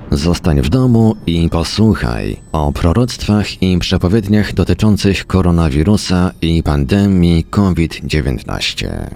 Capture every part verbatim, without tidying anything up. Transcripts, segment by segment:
Zostań w domu i posłuchaj o proroctwach i przepowiedniach dotyczących koronawirusa i pandemii COVID dziewiętnaście.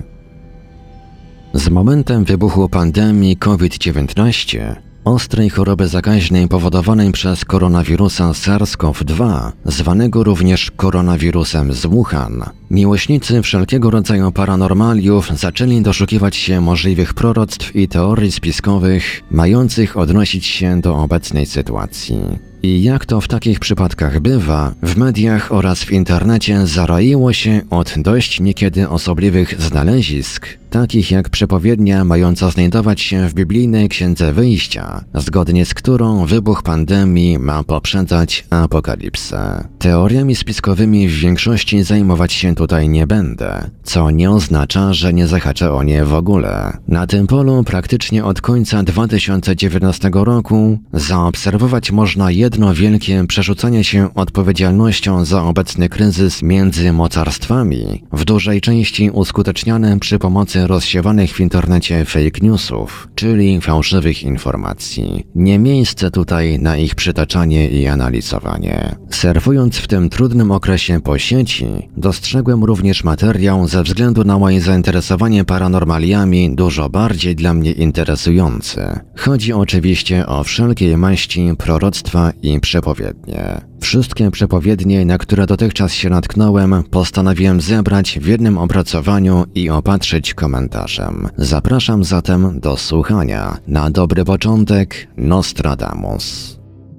Z momentem wybuchu pandemii COVID dziewiętnaście, ostrej choroby zakaźnej powodowanej przez koronawirusa SARS-CoV dwa, zwanego również koronawirusem z Wuhan, miłośnicy wszelkiego rodzaju paranormaliów zaczęli doszukiwać się możliwych proroctw i teorii spiskowych mających odnosić się do obecnej sytuacji. I jak to w takich przypadkach bywa, w mediach oraz w internecie zaroiło się od dość niekiedy osobliwych znalezisk, takich jak przepowiednia mająca znajdować się w biblijnej Księdze Wyjścia, zgodnie z którą wybuch pandemii ma poprzedzać apokalipsę. Teoriami spiskowymi w większości zajmować się tutaj nie będę, co nie oznacza, że nie zahaczę o nie w ogóle. Na tym polu praktycznie od końca dwa tysiące dziewiętnastego roku zaobserwować można jedno wielkie przerzucanie się odpowiedzialnością za obecny kryzys między mocarstwami, w dużej części uskuteczniane przy pomocy rozsiewanych w internecie fake newsów, czyli fałszywych informacji. Nie miejsce tutaj na ich przytaczanie i analizowanie. Surfując w tym trudnym okresie po sieci, dostrzegłem również materiał ze względu na moje zainteresowanie paranormaliami dużo bardziej dla mnie interesujący. Chodzi oczywiście o wszelkiej maści proroctwa i przepowiednie. Wszystkie przepowiednie, na które dotychczas się natknąłem, postanowiłem zebrać w jednym opracowaniu i opatrzyć komentarzem. Zapraszam zatem do słuchania. Na dobry początek, Nostradamus.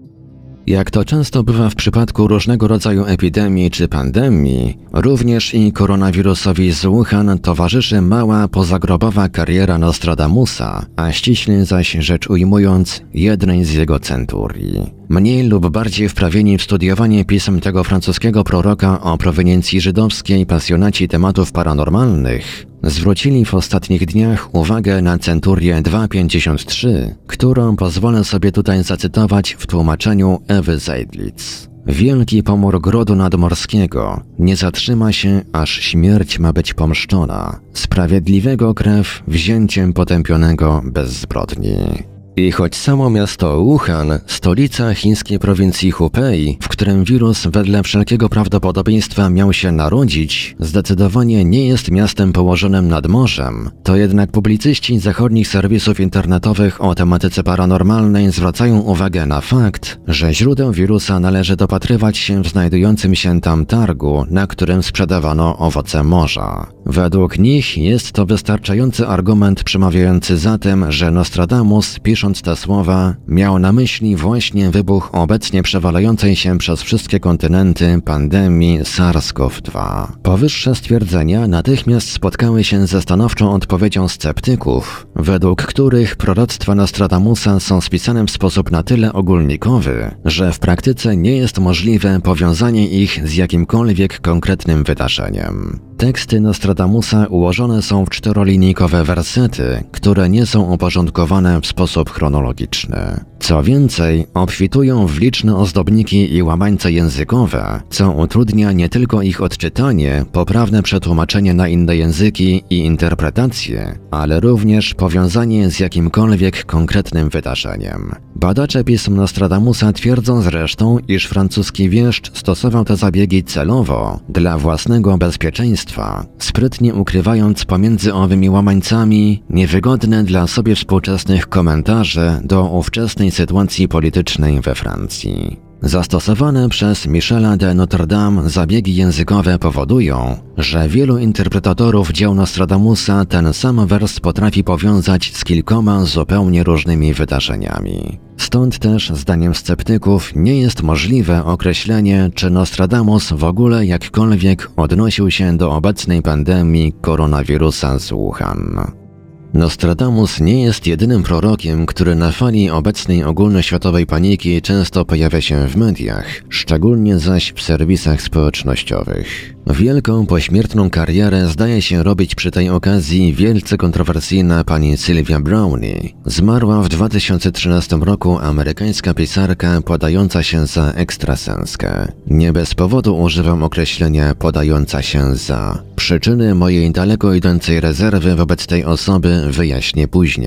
Jak to często bywa w przypadku różnego rodzaju epidemii czy pandemii, również i koronawirusowi z Wuhan towarzyszy mała pozagrobowa kariera Nostradamusa, a ściśle zaś rzecz ujmując, jednej z jego centurii. Mniej lub bardziej wprawieni w studiowanie pism tego francuskiego proroka o proweniencji żydowskiej pasjonaci tematów paranormalnych zwrócili w ostatnich dniach uwagę na centurię dwieście pięćdziesiąt trzy, którą pozwolę sobie tutaj zacytować w tłumaczeniu Ewy Seidlitz. Wielki pomór grodu nadmorskiego nie zatrzyma się, aż śmierć ma być pomszczona. Sprawiedliwego krew wzięciem potępionego bez zbrodni. I choć samo miasto Wuhan, stolica chińskiej prowincji Hubei, w którym wirus wedle wszelkiego prawdopodobieństwa miał się narodzić, zdecydowanie nie jest miastem położonym nad morzem, to jednak publicyści zachodnich serwisów internetowych o tematyce paranormalnej zwracają uwagę na fakt, że źródeł wirusa należy dopatrywać się w znajdującym się tam targu, na którym sprzedawano owoce morza. Według nich jest to wystarczający argument przemawiający za tym, że Nostradamus, pisząc te słowa, miał na myśli właśnie wybuch obecnie przewalającej się przez wszystkie kontynenty pandemii SARS-CoV dwa. Powyższe stwierdzenia natychmiast spotkały się ze stanowczą odpowiedzią sceptyków, według których proroctwa Nostradamusa są spisane w sposób na tyle ogólnikowy, że w praktyce nie jest możliwe powiązanie ich z jakimkolwiek konkretnym wydarzeniem. Teksty Nostradamusa ułożone są w czterolinijkowe wersety, które nie są uporządkowane w sposób chronologiczny. Co więcej, obfitują w liczne ozdobniki i łamańce językowe, co utrudnia nie tylko ich odczytanie, poprawne przetłumaczenie na inne języki i interpretacje, ale również powiązanie z jakimkolwiek konkretnym wydarzeniem. Badacze pism Nostradamusa twierdzą zresztą, iż francuski wieszcz stosował te zabiegi celowo, dla własnego bezpieczeństwa, sprytnie ukrywając pomiędzy owymi łamańcami niewygodne dla sobie współczesnych komentarzy do ówczesnej sytuacji politycznej we Francji. Zastosowane przez Michela de Notre Dame zabiegi językowe powodują, że wielu interpretatorów dzieł Nostradamusa ten sam wers potrafi powiązać z kilkoma zupełnie różnymi wydarzeniami. Stąd też, zdaniem sceptyków, nie jest możliwe określenie, czy Nostradamus w ogóle jakkolwiek odnosił się do obecnej pandemii koronawirusa z Wuhan. Nostradamus nie jest jedynym prorokiem, który na fali obecnej ogólnoświatowej paniki często pojawia się w mediach, szczególnie zaś w serwisach społecznościowych. Wielką pośmiertną karierę zdaje się robić przy tej okazji wielce kontrowersyjna pani Sylvia Brownie. Zmarła w dwa tysiące trzynastym roku amerykańska pisarka podająca się za ekstrasenskę. Nie bez powodu używam określenia podająca się za. Przyczyny mojej daleko idącej rezerwy wobec tej osoby wyjaśnię później.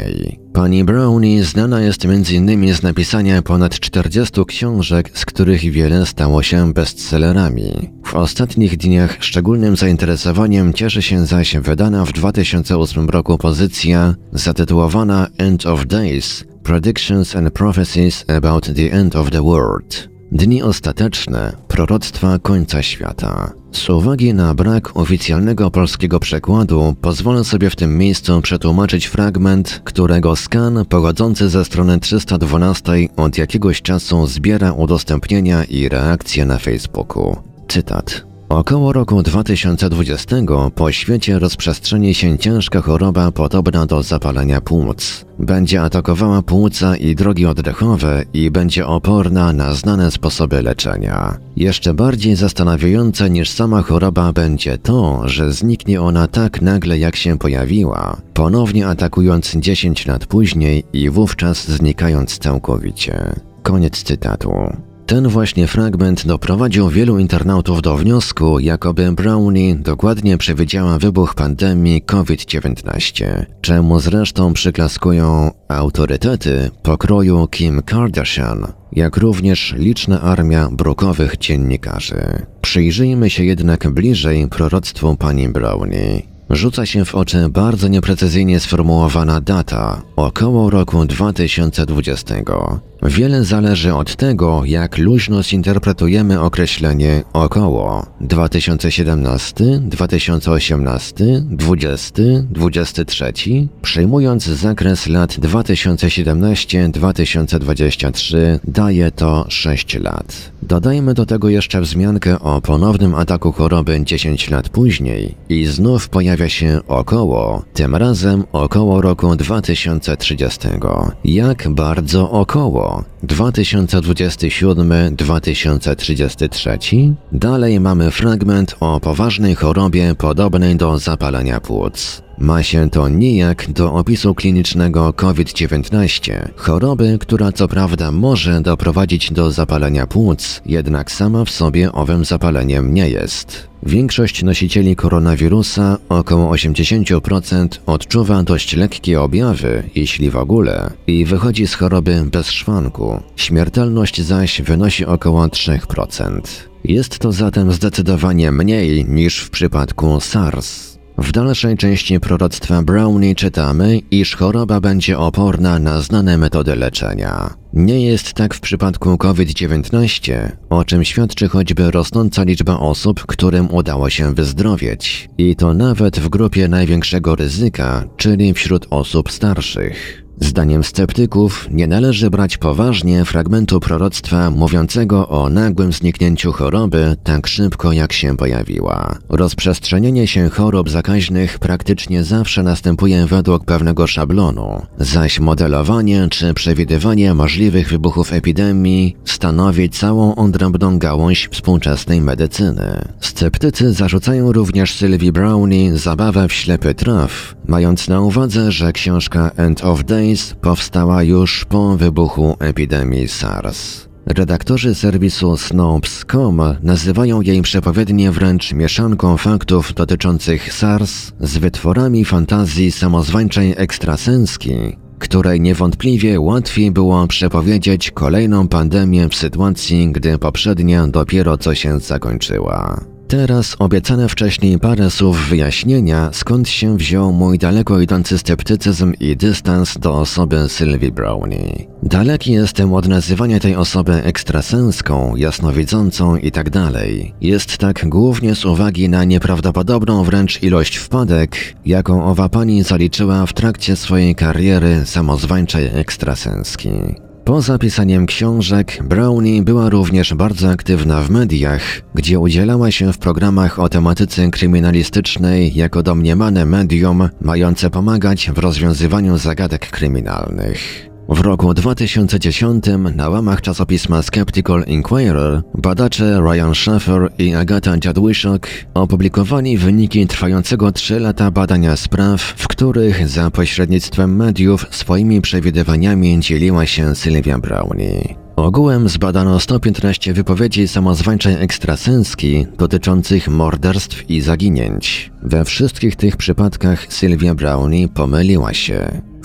Pani Brownie znana jest między innymi z napisania ponad czterdziestu książek, z których wiele stało się bestsellerami. W ostatnich dniach szczególnym zainteresowaniem cieszy się zaś wydana w dwa tysiące ósmym roku pozycja zatytułowana End of Days – Predictions and Prophecies about the End of the World. Dni ostateczne, proroctwa końca świata. Z uwagi na brak oficjalnego polskiego przekładu, pozwolę sobie w tym miejscu przetłumaczyć fragment, którego skan pochodzący ze strony trzysta dwanaście od jakiegoś czasu zbiera udostępnienia i reakcje na Facebooku. Cytat. Około roku dwa tysiące dwudziestego po świecie rozprzestrzeni się ciężka choroba podobna do zapalenia płuc. Będzie atakowała płuca i drogi oddechowe i będzie oporna na znane sposoby leczenia. Jeszcze bardziej zastanawiające niż sama choroba będzie to, że zniknie ona tak nagle jak się pojawiła, ponownie atakując dziesięć lat później i wówczas znikając całkowicie. Koniec cytatu. Ten właśnie fragment doprowadził wielu internautów do wniosku, jakoby Brownie dokładnie przewidziała wybuch pandemii COVID dziewiętnaście, czemu zresztą przyklaskują autorytety pokroju Kim Kardashian, jak również liczna armia brukowych dziennikarzy. Przyjrzyjmy się jednak bliżej proroctwu pani Brownie. Rzuca się w oczy bardzo nieprecyzyjnie sformułowana data, około roku dwa tysiące dwudziestego. Wiele zależy od tego, jak luźno zinterpretujemy określenie około dwa tysiące siedemnasty, dwa tysiące osiemnasty, dwudziesty, dwudziesty trzeci, przyjmując zakres lat dwa tysiące siedemnasty do dwa tysiące dwudziestego trzeciego, daje to sześć lat. Dodajmy do tego jeszcze wzmiankę o ponownym ataku choroby dziesięć lat później i znów pojawia się około, tym razem około roku dwa tysiące trzydziestego. Jak bardzo około? dwa tysiące dwudziesty siódmy do dwa tysiące trzydziesty trzeci? Dalej mamy fragment o poważnej chorobie podobnej do zapalenia płuc. Ma się to nijak do opisu klinicznego COVID dziewiętnaście, choroby, która co prawda może doprowadzić do zapalenia płuc, jednak sama w sobie owym zapaleniem nie jest. Większość nosicieli koronawirusa, około osiemdziesiąt procent, odczuwa dość lekkie objawy, jeśli w ogóle, i wychodzi z choroby bez szwanku. Śmiertelność zaś wynosi około trzy procent. Jest to zatem zdecydowanie mniej niż w przypadku SARS. W dalszej części proroctwa Brownie czytamy, iż choroba będzie oporna na znane metody leczenia. Nie jest tak w przypadku COVID dziewiętnaście, o czym świadczy choćby rosnąca liczba osób, którym udało się wyzdrowieć. I to nawet w grupie największego ryzyka, czyli wśród osób starszych. Zdaniem sceptyków nie należy brać poważnie fragmentu proroctwa mówiącego o nagłym zniknięciu choroby tak szybko jak się pojawiła. Rozprzestrzenienie się chorób zakaźnych praktycznie zawsze następuje według pewnego szablonu, zaś modelowanie czy przewidywanie możliwych wybuchów epidemii stanowi całą odrębną gałąź współczesnej medycyny. Sceptycy zarzucają również Sylwii Brownie zabawę w ślepy traf, mając na uwadze, że książka End of Days powstała już po wybuchu epidemii SARS. Redaktorzy serwisu Snopes kropka com nazywają jej przepowiednie wręcz mieszanką faktów dotyczących SARS z wytworami fantazji samozwańczej ekstrasenski, której niewątpliwie łatwiej było przepowiedzieć kolejną pandemię w sytuacji, gdy poprzednia dopiero co się zakończyła. Teraz obiecane wcześniej parę słów wyjaśnienia, skąd się wziął mój daleko idący sceptycyzm i dystans do osoby Sylwii Brownie. Daleki jestem od nazywania tej osoby ekstrasenską, jasnowidzącą itd. Jest tak głównie z uwagi na nieprawdopodobną wręcz ilość wpadek, jaką owa pani zaliczyła w trakcie swojej kariery samozwańczej ekstrasenski. Poza pisaniem książek, Brownie była również bardzo aktywna w mediach, gdzie udzielała się w programach o tematyce kryminalistycznej jako domniemane medium mające pomagać w rozwiązywaniu zagadek kryminalnych. W roku dwa tysiące dziesiątym na łamach czasopisma Skeptical Inquirer badacze Ryan Shaffer i Agata Jadwiszok opublikowali wyniki trwającego trzy lata badania spraw, w których za pośrednictwem mediów swoimi przewidywaniami dzieliła się Sylwia Brownie. Ogółem zbadano sto piętnaście wypowiedzi samozwańczej ekstrasenski dotyczących morderstw i zaginięć. We wszystkich tych przypadkach Sylwia Brownie pomyliła się.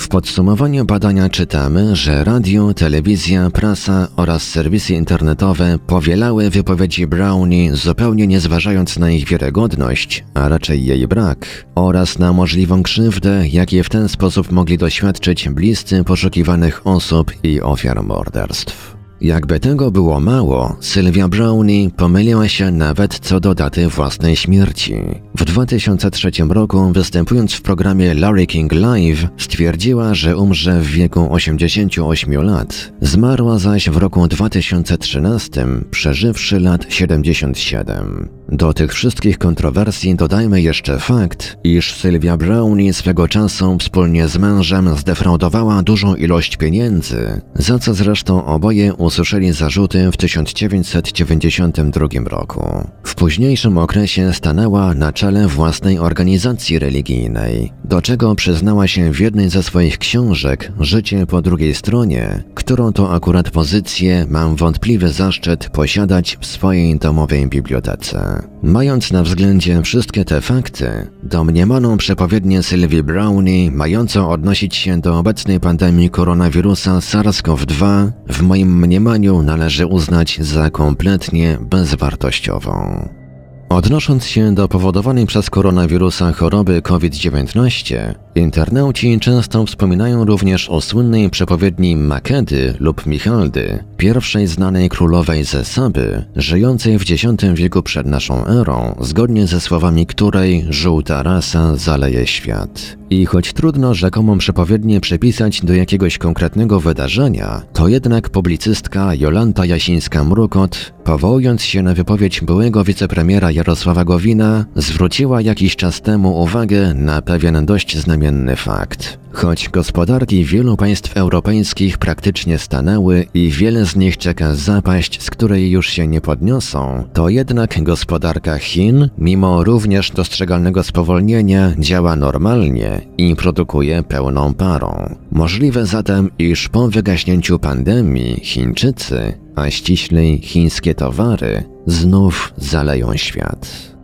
W podsumowaniu badania czytamy, że radio, telewizja, prasa oraz serwisy internetowe powielały wypowiedzi Brownie, zupełnie nie zważając na ich wiarygodność, a raczej jej brak, oraz na możliwą krzywdę, jakiej w ten sposób mogli doświadczyć bliscy poszukiwanych osób i ofiar morderstw. Jakby tego było mało, Sylwia Brownie pomyliła się nawet co do daty własnej śmierci. W dwa tysiące trzecim roku, występując w programie Larry King Live, stwierdziła, że umrze w wieku osiemdziesięciu ośmiu lat. Zmarła zaś w roku dwa tysiące trzynastym, przeżywszy lat siedemdziesiąt siedem. Do tych wszystkich kontrowersji dodajmy jeszcze fakt, iż Sylwia Brownie swego czasu wspólnie z mężem zdefraudowała dużą ilość pieniędzy, za co zresztą oboje usłyszeli zarzuty w tysiąc dziewięćset dziewięćdziesiątym drugim roku. W późniejszym okresie stanęła na czele własnej organizacji religijnej, do czego przyznała się w jednej ze swoich książek Życie po drugiej stronie, którą to akurat pozycję mam wątpliwy zaszczyt posiadać w swojej domowej bibliotece. Mając na względzie wszystkie te fakty, domniemaną przepowiednię Sylwii Brownie, mającą odnosić się do obecnej pandemii koronawirusa SARS-CoV dwa, w moim mniemaniu należy uznać za kompletnie bezwartościową. Odnosząc się do powodowanej przez koronawirusa choroby COVID dziewiętnaście, internauci często wspominają również o słynnej przepowiedni Makedy lub Michaldy, pierwszej znanej królowej ze Saby, żyjącej w dziesiątym wieku przed naszą erą, zgodnie ze słowami której żółta rasa zaleje świat. I choć trudno rzekomą przepowiednię przypisać do jakiegoś konkretnego wydarzenia, to jednak publicystka Jolanta Jasińska-Mrukot, powołując się na wypowiedź byłego wicepremiera Jarosława Gowina, zwróciła jakiś czas temu uwagę na pewien dość znamienny fakt. Choć gospodarki wielu państw europejskich praktycznie stanęły i wiele z nich czeka zapaść, z której już się nie podniosą, to jednak gospodarka Chin, mimo również dostrzegalnego spowolnienia, działa normalnie i produkuje pełną parą. Możliwe zatem, iż po wygaśnięciu pandemii Chińczycy, a ściślej chińskie towary, znów zaleją świat.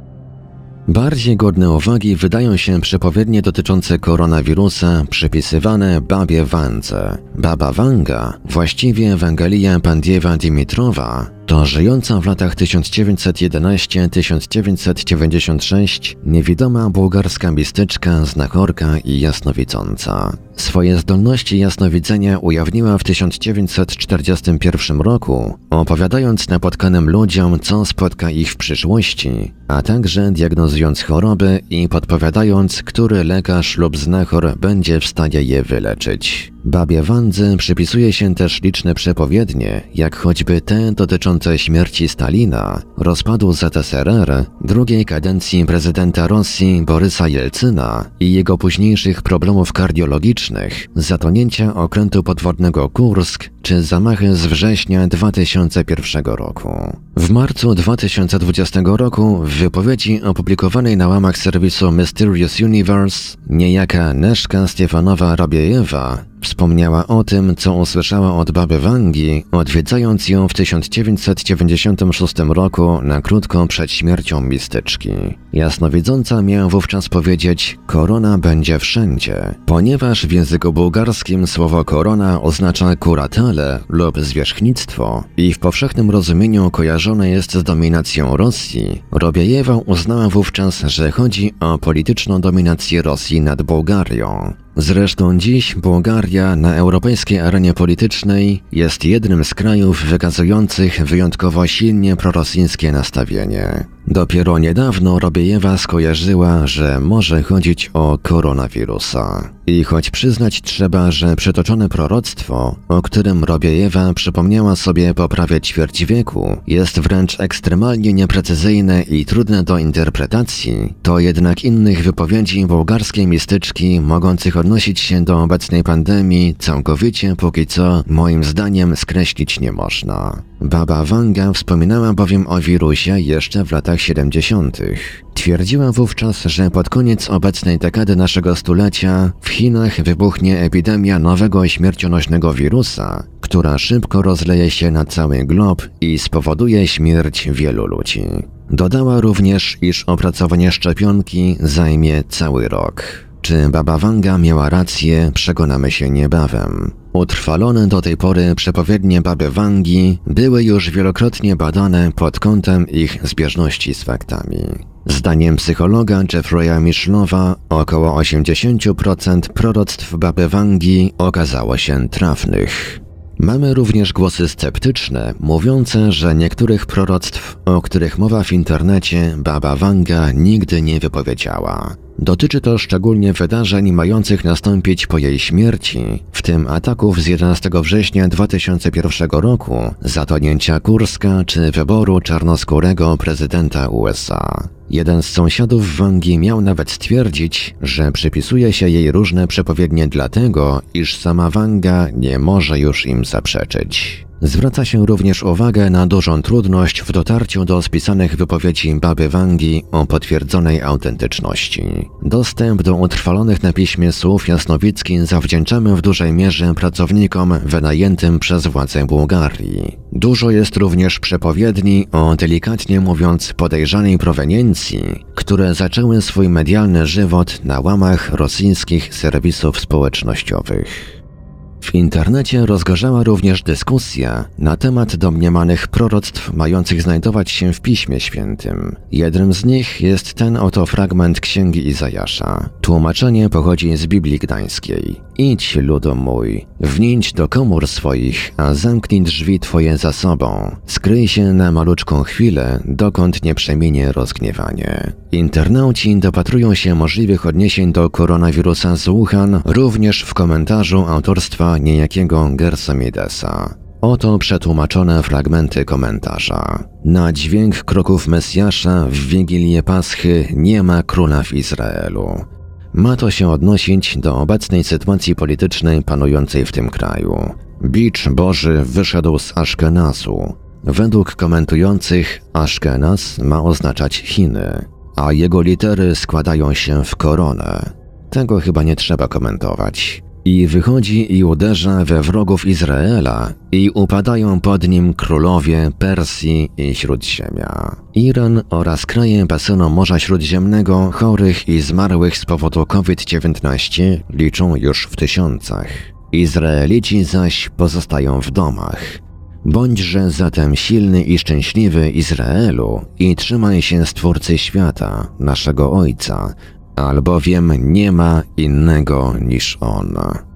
Bardziej godne uwagi wydają się przepowiednie dotyczące koronawirusa przypisywane babie Wandze. Baba Wanga, właściwie Ewangelia Pandiewa Dimitrowa, to żyjąca w latach tysiąc dziewięćset jedenastym do tysiąc dziewięćset dziewięćdziesiątego szóstego niewidoma bułgarska mistyczka, znachorka i jasnowidząca. Swoje zdolności jasnowidzenia ujawniła w tysiąc dziewięćset czterdziestym pierwszym roku, opowiadając napotkanym ludziom, co spotka ich w przyszłości, a także diagnozując choroby i podpowiadając, który lekarz lub znachor będzie w stanie je wyleczyć. Babie Wandze przypisuje się też liczne przepowiednie, jak choćby te dotyczące śmierci Stalina, rozpadu Z S R R, drugiej kadencji prezydenta Rosji Borysa Jelcyna i jego późniejszych problemów kardiologicznych, zatonięcia okrętu podwodnego Kursk czy zamachy z września dwa tysiące pierwszego roku. W marcu dwa tysiące dwudziestego roku w wypowiedzi opublikowanej na łamach serwisu Mysterious Universe niejaka Neszka Stefanowa-Robiejewa wspomniała o tym, co usłyszała od baby Wangi, odwiedzając ją w tysiąc dziewięćset dziewięćdziesiątym szóstym roku na krótko przed śmiercią mistyczki. Jasnowidząca miała wówczas powiedzieć: korona będzie wszędzie, ponieważ w języku bułgarskim słowo korona oznacza kuratele lub zwierzchnictwo i w powszechnym rozumieniu kojarzone jest z dominacją Rosji. Robiejewa uznała wówczas, że chodzi o polityczną dominację Rosji nad Bułgarią. Zresztą dziś Bułgaria na europejskiej arenie politycznej jest jednym z krajów wykazujących wyjątkowo silnie prorosyjskie nastawienie. Dopiero niedawno Robiejewa skojarzyła, że może chodzić o koronawirusa. I choć przyznać trzeba, że przytoczone proroctwo, o którym Robiejewa przypomniała sobie po prawie ćwierć wieku, jest wręcz ekstremalnie nieprecyzyjne i trudne do interpretacji, to jednak innych wypowiedzi bułgarskiej mistyczki mogących odnosić się do obecnej pandemii całkowicie póki co moim zdaniem skreślić nie można. Baba Wanga wspominała bowiem o wirusie jeszcze w latach siedemdziesiątych. Twierdziła wówczas, że pod koniec obecnej dekady naszego stulecia w Chinach wybuchnie epidemia nowego śmiercionośnego wirusa, która szybko rozleje się na cały glob i spowoduje śmierć wielu ludzi. Dodała również, iż opracowanie szczepionki zajmie cały rok. czy Baba Wanga miała rację, przekonamy się niebawem. Utrwalone do tej pory przepowiednie Baby Wangi były już wielokrotnie badane pod kątem ich zbieżności z faktami. Zdaniem psychologa Jeffrey'a Michlowa około osiemdziesiąt procent proroctw Baby Wangi okazało się trafnych. Mamy również głosy sceptyczne, mówiące, że niektórych proroctw, o których mowa w internecie, Baba Wanga nigdy nie wypowiedziała. Dotyczy to szczególnie wydarzeń mających nastąpić po jej śmierci, w tym ataków z jedenastego września dwa tysiące pierwszego roku, zatonięcia Kurska czy wyboru czarnoskórego prezydenta U S A. Jeden z sąsiadów Wangi miał nawet stwierdzić, że przypisuje się jej różne przepowiednie dlatego, iż sama Wanga nie może już im zaprzeczyć. Zwraca się również uwagę na dużą trudność w dotarciu do spisanych wypowiedzi Baby Wangi o potwierdzonej autentyczności. Dostęp do utrwalonych na piśmie słów jasnowicki zawdzięczamy w dużej mierze pracownikom wynajętym przez władze Bułgarii. Dużo jest również przepowiedni o, delikatnie mówiąc, podejrzanej proweniencji, które zaczęły swój medialny żywot na łamach rosyjskich serwisów społecznościowych. W internecie rozgorzała również dyskusja na temat domniemanych proroctw mających znajdować się w Piśmie Świętym. Jednym z nich jest ten oto fragment Księgi Izajasza. Tłumaczenie pochodzi z Biblii Gdańskiej. Idź, ludu mój, wnięć do komór swoich, a zamknij drzwi twoje za sobą. Skryj się na maluczką chwilę, dokąd nie przeminie rozgniewanie. Internauci dopatrują się możliwych odniesień do koronawirusa z Wuhan również w komentarzu autorstwa niejakiego Gersonidesa. Oto przetłumaczone fragmenty komentarza. Na dźwięk kroków Mesjasza w Wigilię Paschy nie ma króla w Izraelu. Ma to się odnosić do obecnej sytuacji politycznej panującej w tym kraju. Bicz Boży wyszedł z Aszkenazu. Według komentujących Aszkenaz ma oznaczać Chiny, a jego litery składają się w koronę. Tego chyba nie trzeba komentować. I wychodzi i uderza we wrogów Izraela i upadają pod nim królowie Persji i Śródziemia. Iran oraz kraje basenu Morza Śródziemnego chorych i zmarłych z powodu COVID dziewiętnaście liczą już w tysiącach. Izraelici zaś pozostają w domach. Bądźże zatem silny i szczęśliwy Izraelu i trzymaj się Stwórcy świata, naszego Ojca, albowiem nie ma innego niż On.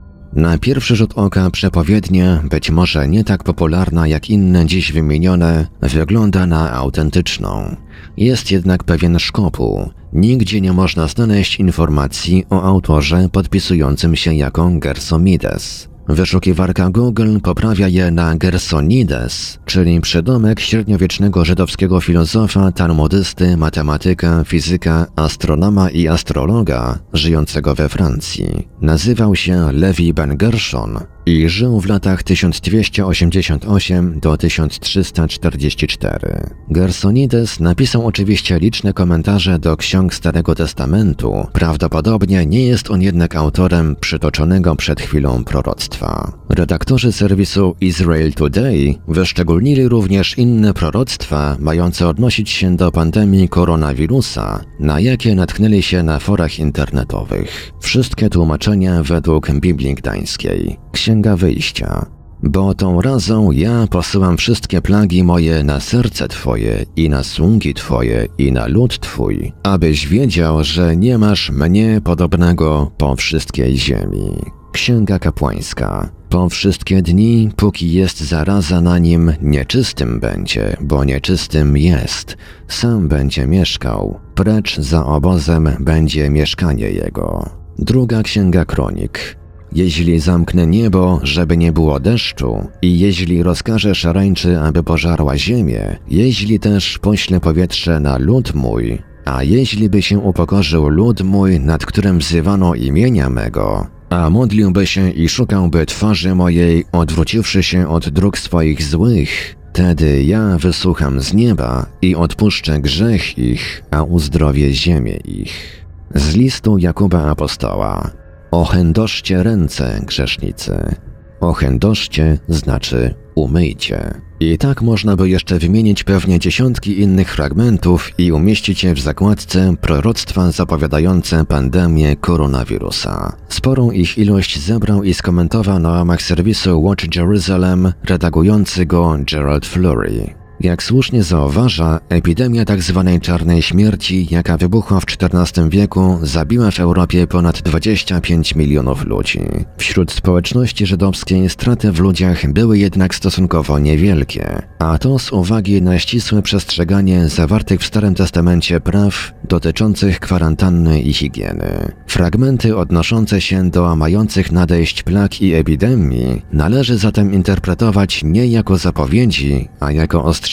Na pierwszy rzut oka przepowiednia, być może nie tak popularna jak inne dziś wymienione, wygląda na autentyczną. Jest jednak pewien szkopuł. Nigdzie nie można znaleźć informacji o autorze podpisującym się jako Gersonides. Wyszukiwarka Google poprawia je na Gersonides, czyli przydomek średniowiecznego żydowskiego filozofa, talmudysty, matematyka, fizyka, astronoma i astrologa żyjącego we Francji. Nazywał się Levi Ben Gershon i żył w latach tysiąc dwieście osiemdziesiąt osiem do tysiąc trzysta czterdzieści cztery. Gersonides napisał oczywiście liczne komentarze do ksiąg Starego Testamentu, prawdopodobnie nie jest on jednak autorem przytoczonego przed chwilą proroctwa. Redaktorzy serwisu Israel Today wyszczególnili również inne proroctwa mające odnosić się do pandemii koronawirusa, na jakie natknęli się na forach internetowych. Wszystkie tłumaczenia według Biblii Gdańskiej. Księga Wyjścia. Bo tą razą ja posyłam wszystkie plagi moje na serce Twoje i na sługi Twoje i na lud Twój, abyś wiedział, że nie masz mnie podobnego po wszystkiej ziemi. Księga Kapłańska. Po wszystkie dni, póki jest zaraza na nim, nieczystym będzie, bo nieczystym jest. Sam będzie mieszkał, precz za obozem będzie mieszkanie jego. Druga Księga Kronik. Jeśli zamknę niebo, żeby nie było deszczu, i jeśli rozkażę szarańczy, aby pożarła ziemię, jeśli też poślę powietrze na lud mój, a jeśli by się upokorzył lud mój, nad którym wzywano imienia mego, a modliłby się i szukałby twarzy mojej, odwróciwszy się od dróg swoich złych, wtedy ja wysłucham z nieba i odpuszczę grzech ich, a uzdrowię ziemię ich. Z listu Jakuba Apostoła. Ochędożcie ręce, grzesznicy. Ochędożcie znaczy umyjcie. I tak można by jeszcze wymienić pewnie dziesiątki innych fragmentów i umieścić je w zakładce proroctwa zapowiadające pandemię koronawirusa. Sporą ich ilość zebrał i skomentował na łamach serwisu Watch Jerusalem redagujący go Gerald Flurry. Jak słusznie zauważa, epidemia tzw. czarnej śmierci, jaka wybuchła w czternastym wieku, zabiła w Europie ponad dwadzieścia pięć milionów ludzi. Wśród społeczności żydowskiej straty w ludziach były jednak stosunkowo niewielkie, a to z uwagi na ścisłe przestrzeganie zawartych w Starym Testamencie praw dotyczących kwarantanny i higieny. Fragmenty odnoszące się do mających nadejść plag i epidemii należy zatem interpretować nie jako zapowiedzi, a jako ostrzeżenie.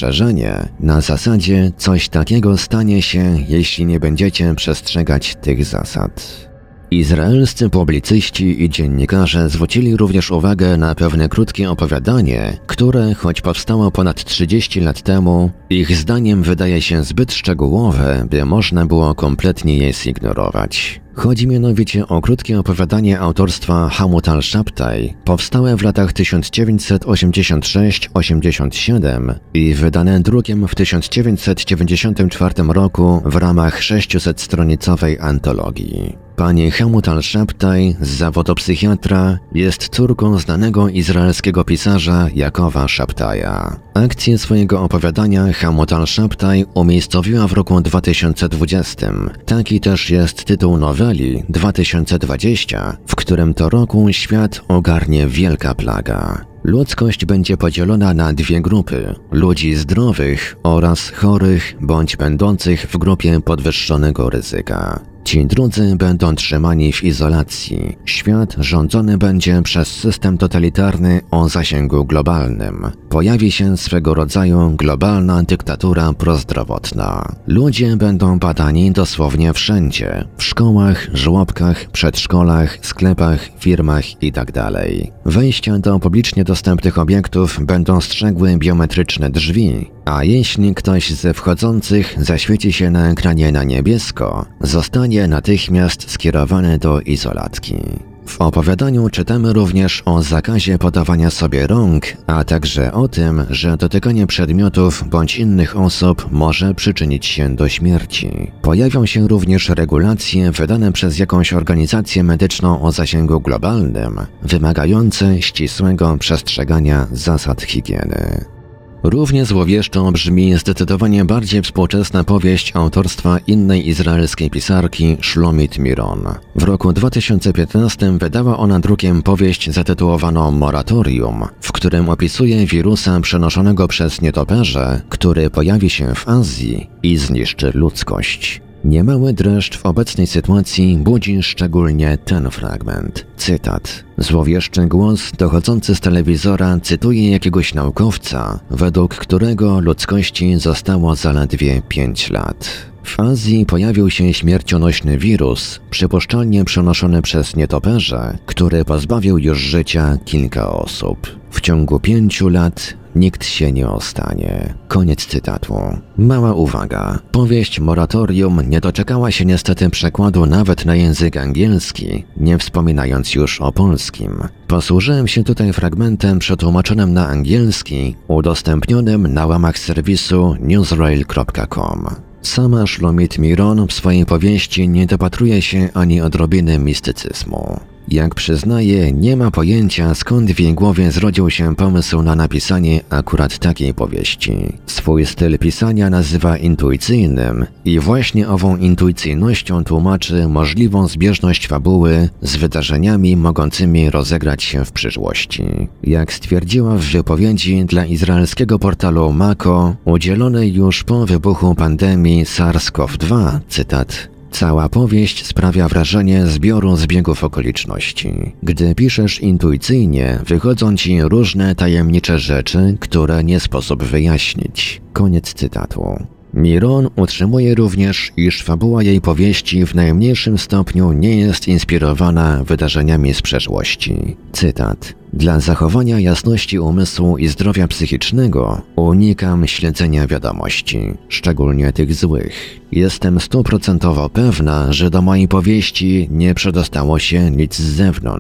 Na zasadzie coś takiego stanie się, jeśli nie będziecie przestrzegać tych zasad. Izraelscy publicyści i dziennikarze zwrócili również uwagę na pewne krótkie opowiadanie, które, choć powstało ponad trzydzieści lat temu, ich zdaniem wydaje się zbyt szczegółowe, by można było kompletnie je zignorować. Chodzi mianowicie o krótkie opowiadanie autorstwa Hamut al-Shabtai, powstałe w latach tysiąc dziewięćset osiemdziesiąt sześć osiemdziesiąt siedem i wydane drukiem w tysiąc dziewięćset dziewięćdziesiątym czwartym roku w ramach sześciusetstronicowej antologii. Pani Hamut al-Shabtai z zawodu psychiatra jest córką znanego izraelskiego pisarza Jakowa Szabtaja. Akcję swojego opowiadania Hamut al-Shabtai umiejscowiła w roku dwa tysiące dwudziestym. Taki też jest tytuł noweli dwa tysiące dwudziesty, w którym to roku świat ogarnie wielka plaga. Ludzkość będzie podzielona na dwie grupy – ludzi zdrowych oraz chorych bądź będących w grupie podwyższonego ryzyka. Ci drudzy będą trzymani w izolacji. Świat rządzony będzie przez system totalitarny o zasięgu globalnym. Pojawi się swego rodzaju globalna dyktatura prozdrowotna. Ludzie będą badani dosłownie wszędzie – w szkołach, żłobkach, przedszkolach, sklepach, firmach itd. Wejścia do publicznie dostępnych obiektów będą strzegły biometryczne drzwi, a jeśli ktoś ze wchodzących zaświeci się na ekranie na niebiesko, zostanie natychmiast skierowany do izolatki. W opowiadaniu czytamy również o zakazie podawania sobie rąk, a także o tym, że dotykanie przedmiotów bądź innych osób może przyczynić się do śmierci. Pojawią się również regulacje wydane przez jakąś organizację medyczną o zasięgu globalnym, wymagające ścisłego przestrzegania zasad higieny. Równie złowieszczo brzmi zdecydowanie bardziej współczesna powieść autorstwa innej izraelskiej pisarki Shlomit Miron. W roku dwa tysiące piętnastym wydała ona drukiem powieść zatytułowaną Moratorium, w którym opisuje wirusa przenoszonego przez nietoperze, który pojawi się w Azji i zniszczy ludzkość. Niemały dreszcz w obecnej sytuacji budzi szczególnie ten fragment. Cytat. Złowieszczy głos dochodzący z telewizora cytuje jakiegoś naukowca, według którego ludzkości zostało zaledwie pięć lat. W Azji pojawił się śmiercionośny wirus, przypuszczalnie przenoszony przez nietoperze, który pozbawił już życia kilka osób. W ciągu pięciu lat nikt się nie ostanie. Koniec cytatu. Mała uwaga. Powieść Moratorium nie doczekała się niestety przekładu nawet na język angielski, nie wspominając już o polskim. Posłużyłem się tutaj fragmentem przetłumaczonym na angielski, udostępnionym na łamach serwisu newsrail kropka com. Sama Shlomit Miron w swojej powieści nie dopatruje się ani odrobiny mistycyzmu. Jak przyznaje, nie ma pojęcia, skąd w jej głowie zrodził się pomysł na napisanie akurat takiej powieści. Swój styl pisania nazywa intuicyjnym i właśnie ową intuicyjnością tłumaczy możliwą zbieżność fabuły z wydarzeniami mogącymi rozegrać się w przyszłości. Jak stwierdziła w wypowiedzi dla izraelskiego portalu Mako, udzielonej już po wybuchu pandemii SARS-CoV dwa, cytat: cała powieść sprawia wrażenie zbioru zbiegów okoliczności. Gdy piszesz intuicyjnie, wychodzą ci różne tajemnicze rzeczy, które nie sposób wyjaśnić. Koniec cytatu. Miron utrzymuje również, iż fabuła jej powieści w najmniejszym stopniu nie jest inspirowana wydarzeniami z przeszłości. Cytat. Dla zachowania jasności umysłu i zdrowia psychicznego unikam śledzenia wiadomości, szczególnie tych złych. Jestem stuprocentowo pewna, że do mojej powieści nie przedostało się nic z zewnątrz.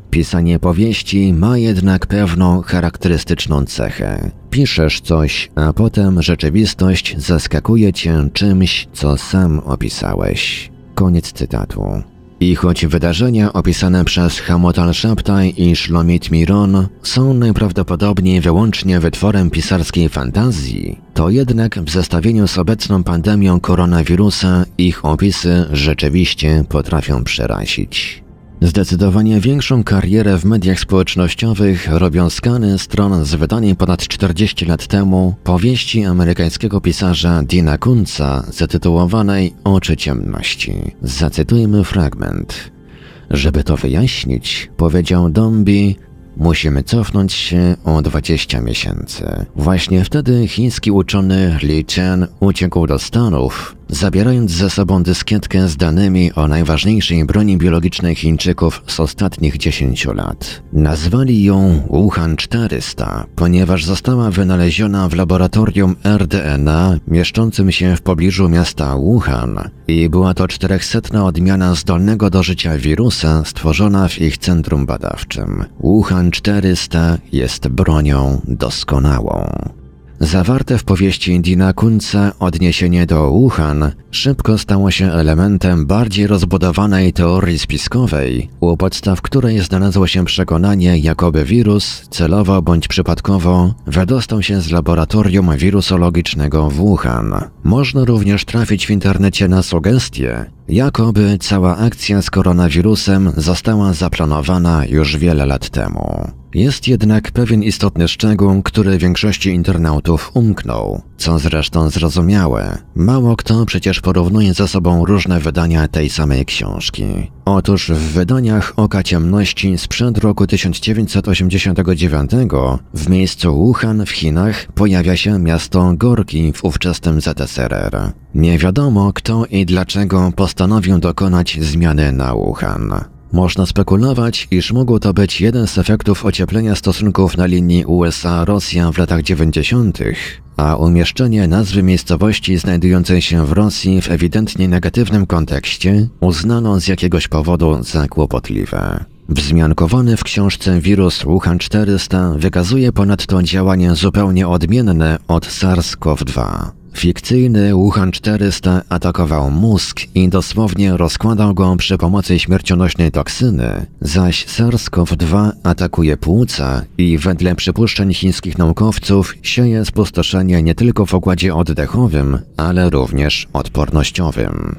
Pisanie powieści ma jednak pewną charakterystyczną cechę. Piszesz coś, a potem rzeczywistość zaskakuje cię czymś, co sam opisałeś. Koniec cytatu. I choć wydarzenia opisane przez Hamutal Shabtai i Shlomit Miron są najprawdopodobniej wyłącznie wytworem pisarskiej fantazji, to jednak w zestawieniu z obecną pandemią koronawirusa ich opisy rzeczywiście potrafią przerazić. Zdecydowanie większą karierę w mediach społecznościowych robią skany stron z wydanej ponad czterdzieści lat temu powieści amerykańskiego pisarza Deana Koontza zatytułowanej Oczy ciemności. Zacytujmy fragment. Żeby to wyjaśnić, powiedział Dombey, musimy cofnąć się o dwadzieścia miesięcy. Właśnie wtedy chiński uczony Li Chen uciekł do Stanów, zabierając ze sobą dyskietkę z danymi o najważniejszej broni biologicznej Chińczyków z ostatnich dziesięciu lat. Nazwali ją Wuhan czterysta, ponieważ została wynaleziona w laboratorium R D N A mieszczącym się w pobliżu miasta Wuhan i była to czterechsetna odmiana zdolnego do życia wirusa stworzona w ich centrum badawczym. Wuhan czterysta jest bronią doskonałą. Zawarte w powieści Deana Koontza odniesienie do Wuhan szybko stało się elementem bardziej rozbudowanej teorii spiskowej, u podstaw której znalazło się przekonanie, jakoby wirus celowo bądź przypadkowo wydostał się z laboratorium wirusologicznego w Wuhan. Można również trafić w internecie na sugestie, jakoby cała akcja z koronawirusem została zaplanowana już wiele lat temu. Jest jednak pewien istotny szczegół, który większości internautów umknął, co zresztą zrozumiałe. Mało kto przecież porównuje ze sobą różne wydania tej samej książki. Otóż w wydaniach Oka Ciemności sprzed roku tysiąc dziewięćset osiemdziesiątego dziewiątego w miejscu Wuhan w Chinach pojawia się miasto Gorki w ówczesnym Z S R R. Nie wiadomo kto i dlaczego postanowił dokonać zmiany na Wuhan. Można spekulować, iż mógł to być jeden z efektów ocieplenia stosunków na linii U S A Rosja w latach dziewięćdziesiątych, a umieszczenie nazwy miejscowości znajdującej się w Rosji w ewidentnie negatywnym kontekście uznano z jakiegoś powodu za kłopotliwe. Wzmiankowany w książce wirus Wuhan czterysta wykazuje ponadto działanie zupełnie odmienne od SARS-CoV dwa. Fikcyjny Wuhan czterysta atakował mózg i dosłownie rozkładał go przy pomocy śmiercionośnej toksyny, zaś SARS-CoV dwa atakuje płuca i wedle przypuszczeń chińskich naukowców sieje spustoszenie nie tylko w układzie oddechowym, ale również odpornościowym.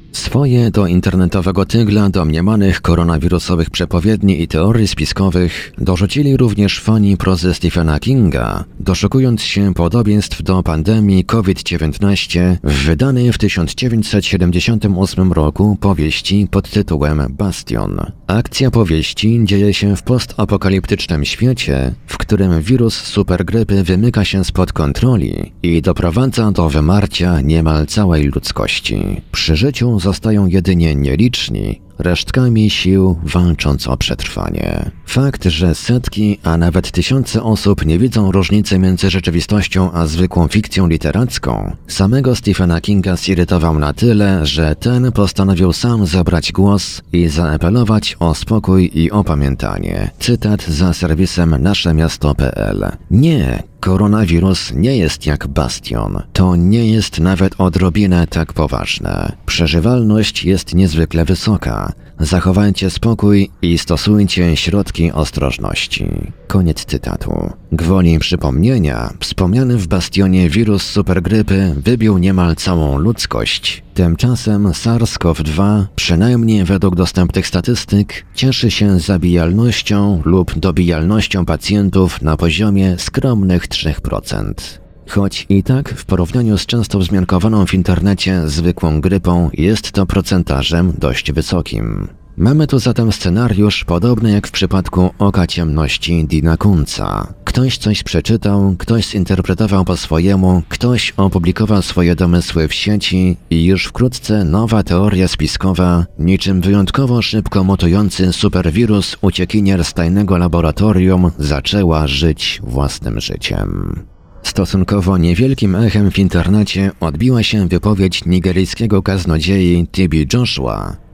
Swoje do internetowego tygla domniemanych koronawirusowych przepowiedni i teorii spiskowych dorzucili również fani prozy Stephena Kinga, doszukując się podobieństw do pandemii COVID dziewiętnaście w wydanej w tysiąc dziewięćset siedemdziesiątym ósmym roku powieści pod tytułem Bastion. Akcja powieści dzieje się w postapokaliptycznym świecie, w którym wirus supergrypy wymyka się spod kontroli i doprowadza do wymarcia niemal całej ludzkości. Przy życiu zostają jedynie nieliczni, resztkami sił walcząc o przetrwanie. Fakt, że setki, a nawet tysiące osób nie widzą różnicy między rzeczywistością a zwykłą fikcją literacką, samego Stephena Kinga zirytował na tyle, że ten postanowił sam zabrać głos i zaapelować o spokój i opamiętanie. Cytat za serwisem naszemiasto kropka p l. Nie, koronawirus nie jest jak Bastion. To nie jest nawet odrobinę tak poważne. Przeżywalność jest niezwykle wysoka. Zachowajcie spokój i stosujcie środki ostrożności. Koniec cytatu. Gwoli przypomnienia, wspomniany w Bastionie wirus supergrypy wybił niemal całą ludzkość. Tymczasem SARS-CoV dwa, przynajmniej według dostępnych statystyk, cieszy się zabijalnością lub dobijalnością pacjentów na poziomie skromnych trzy procent. Choć i tak w porównaniu z często wzmiankowaną w internecie zwykłą grypą jest to procentażem dość wysokim. Mamy tu zatem scenariusz podobny jak w przypadku Oka Ciemności Deana Koontza. Ktoś coś przeczytał, ktoś zinterpretował po swojemu, ktoś opublikował swoje domysły w sieci i już wkrótce nowa teoria spiskowa, niczym wyjątkowo szybko mutujący superwirus uciekinier z tajnego laboratorium, zaczęła żyć własnym życiem. Stosunkowo niewielkim echem w internecie odbiła się wypowiedź nigeryjskiego kaznodziei T B Joshua,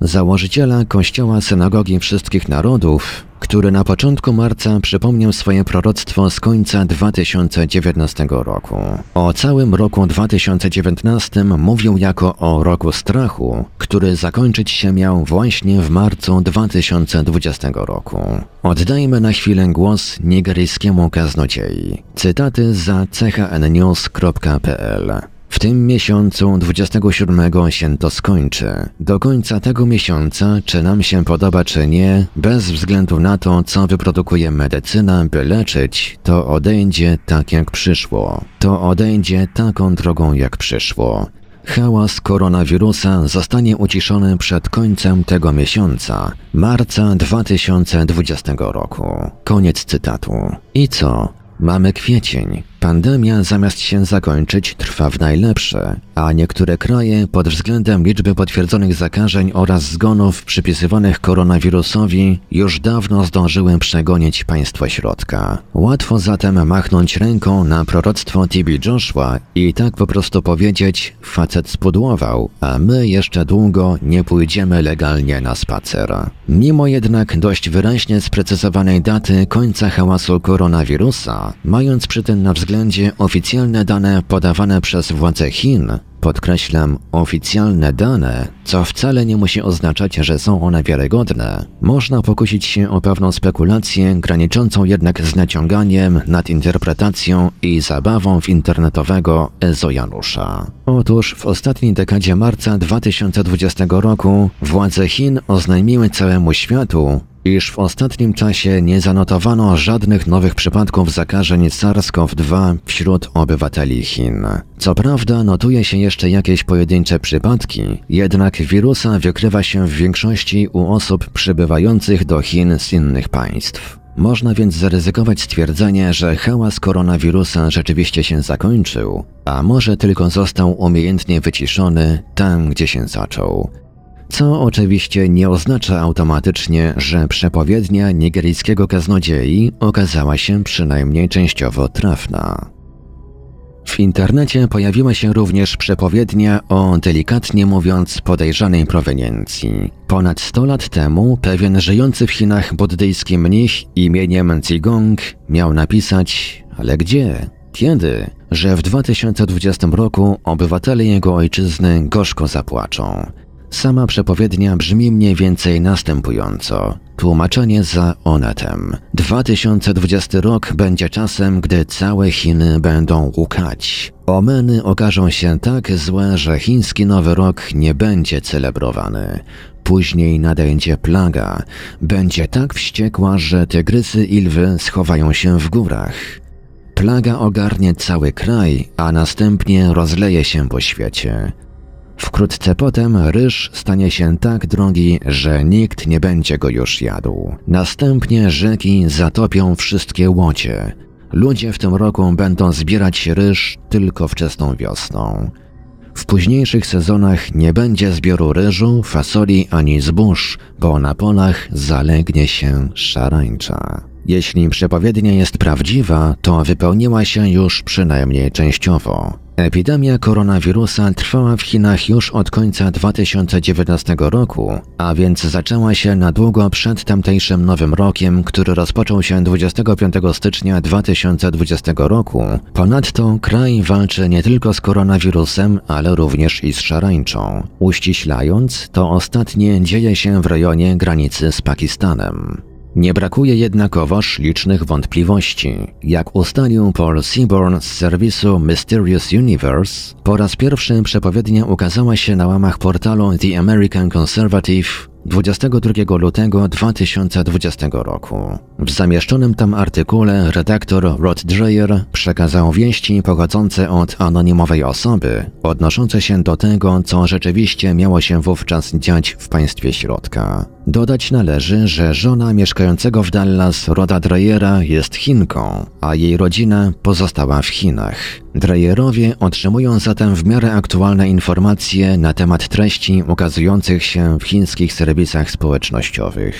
założyciela Kościoła Synagogi Wszystkich Narodów, który na początku marca przypomniał swoje proroctwo z końca dwa tysiące dziewiętnastego roku. O całym roku dwa tysiące dziewiętnastym mówił jako o roku strachu, który zakończyć się miał właśnie w marcu dwa tysiące dwudziestego roku. Oddajmy na chwilę głos nigeryjskiemu kaznodziei. Cytaty za c h n news kropka p l. W tym miesiącu dwudziestego siódmego się to skończy. Do końca tego miesiąca, czy nam się podoba czy nie, bez względu na to, co wyprodukuje medycyna, by leczyć, to odejdzie tak jak przyszło. To odejdzie taką drogą jak przyszło. Hałas koronawirusa zostanie uciszony przed końcem tego miesiąca, marca dwa tysiące dwudziestego roku. Koniec cytatu. I co? Mamy kwiecień. Pandemia zamiast się zakończyć trwa w najlepsze, a niektóre kraje pod względem liczby potwierdzonych zakażeń oraz zgonów przypisywanych koronawirusowi już dawno zdążyły przegonić państwo środka. Łatwo zatem machnąć ręką na proroctwo T B Joshua i tak po prostu powiedzieć: facet spudłował, a my jeszcze długo nie pójdziemy legalnie na spacer. Mimo jednak dość wyraźnie sprecyzowanej daty końca hałasu koronawirusa, mając przy tym na względzie oficjalne dane podawane przez władze Chin, podkreślam, oficjalne dane, co wcale nie musi oznaczać, że są one wiarygodne, można pokusić się o pewną spekulację graniczącą jednak z naciąganiem, nadinterpretacją i zabawą w internetowego Ezo Janusza. Otóż w ostatniej dekadzie marca dwa tysiące dwudziestego roku władze Chin oznajmiły całemu światu, iż w ostatnim czasie nie zanotowano żadnych nowych przypadków zakażeń SARS-CoV dwa wśród obywateli Chin. Co prawda notuje się jeszcze jakieś pojedyncze przypadki, jednak wirusa wykrywa się w większości u osób przybywających do Chin z innych państw. Można więc zaryzykować stwierdzenie, że hałas koronawirusa rzeczywiście się zakończył, a może tylko został umiejętnie wyciszony tam, gdzie się zaczął. Co oczywiście nie oznacza automatycznie, że przepowiednia nigeryjskiego kaznodziei okazała się przynajmniej częściowo trafna. W internecie pojawiła się również przepowiednia o, delikatnie mówiąc, podejrzanej proweniencji. Ponad sto lat temu pewien żyjący w Chinach buddyjski mnich imieniem Zigong miał napisać, ale gdzie? Kiedy? Że w dwa tysiące dwudziestym roku obywatele jego ojczyzny gorzko zapłaczą. Sama przepowiednia brzmi mniej więcej następująco. Tłumaczenie za Onetem. dwa tysiące dwudziesty rok będzie czasem, gdy całe Chiny będą łukać. Omeny okażą się tak złe, że chiński Nowy Rok nie będzie celebrowany. Później nadejdzie plaga. Będzie tak wściekła, że tygrysy i lwy schowają się w górach. Plaga ogarnie cały kraj, a następnie rozleje się po świecie. Wkrótce potem ryż stanie się tak drogi, że nikt nie będzie go już jadł. Następnie rzeki zatopią wszystkie łodzie. Ludzie w tym roku będą zbierać ryż tylko wczesną wiosną. W późniejszych sezonach nie będzie zbioru ryżu, fasoli ani zbóż, bo na polach zalegnie się szarańcza. Jeśli przepowiednia jest prawdziwa, to wypełniła się już przynajmniej częściowo. Epidemia koronawirusa trwała w Chinach już od końca dwa tysiące dziewiętnastego roku, a więc zaczęła się na długo przed tamtejszym Nowym Rokiem, który rozpoczął się dwudziestego piątego stycznia dwa tysiące dwudziestego roku. Ponadto kraj walczy nie tylko z koronawirusem, ale również i z szarańczą. Uściślając, to ostatnie dzieje się w rejonie granicy z Pakistanem. Nie brakuje jednakowoż licznych wątpliwości. Jak ustalił Paul Seaborn z serwisu Mysterious Universe, po raz pierwszy przepowiednia ukazała się na łamach portalu The American Conservative dwudziestego drugiego lutego dwa tysiące dwudziestego roku. W zamieszczonym tam artykule redaktor Rod Dreher przekazał wieści pochodzące od anonimowej osoby, odnoszące się do tego, co rzeczywiście miało się wówczas dziać w państwie środka. Dodać należy, że żona mieszkającego w Dallas Roda Drehera jest Chinką, a jej rodzina pozostała w Chinach. Dreherowie otrzymują zatem w miarę aktualne informacje na temat treści ukazujących się w chińskich serwisach społecznościowych.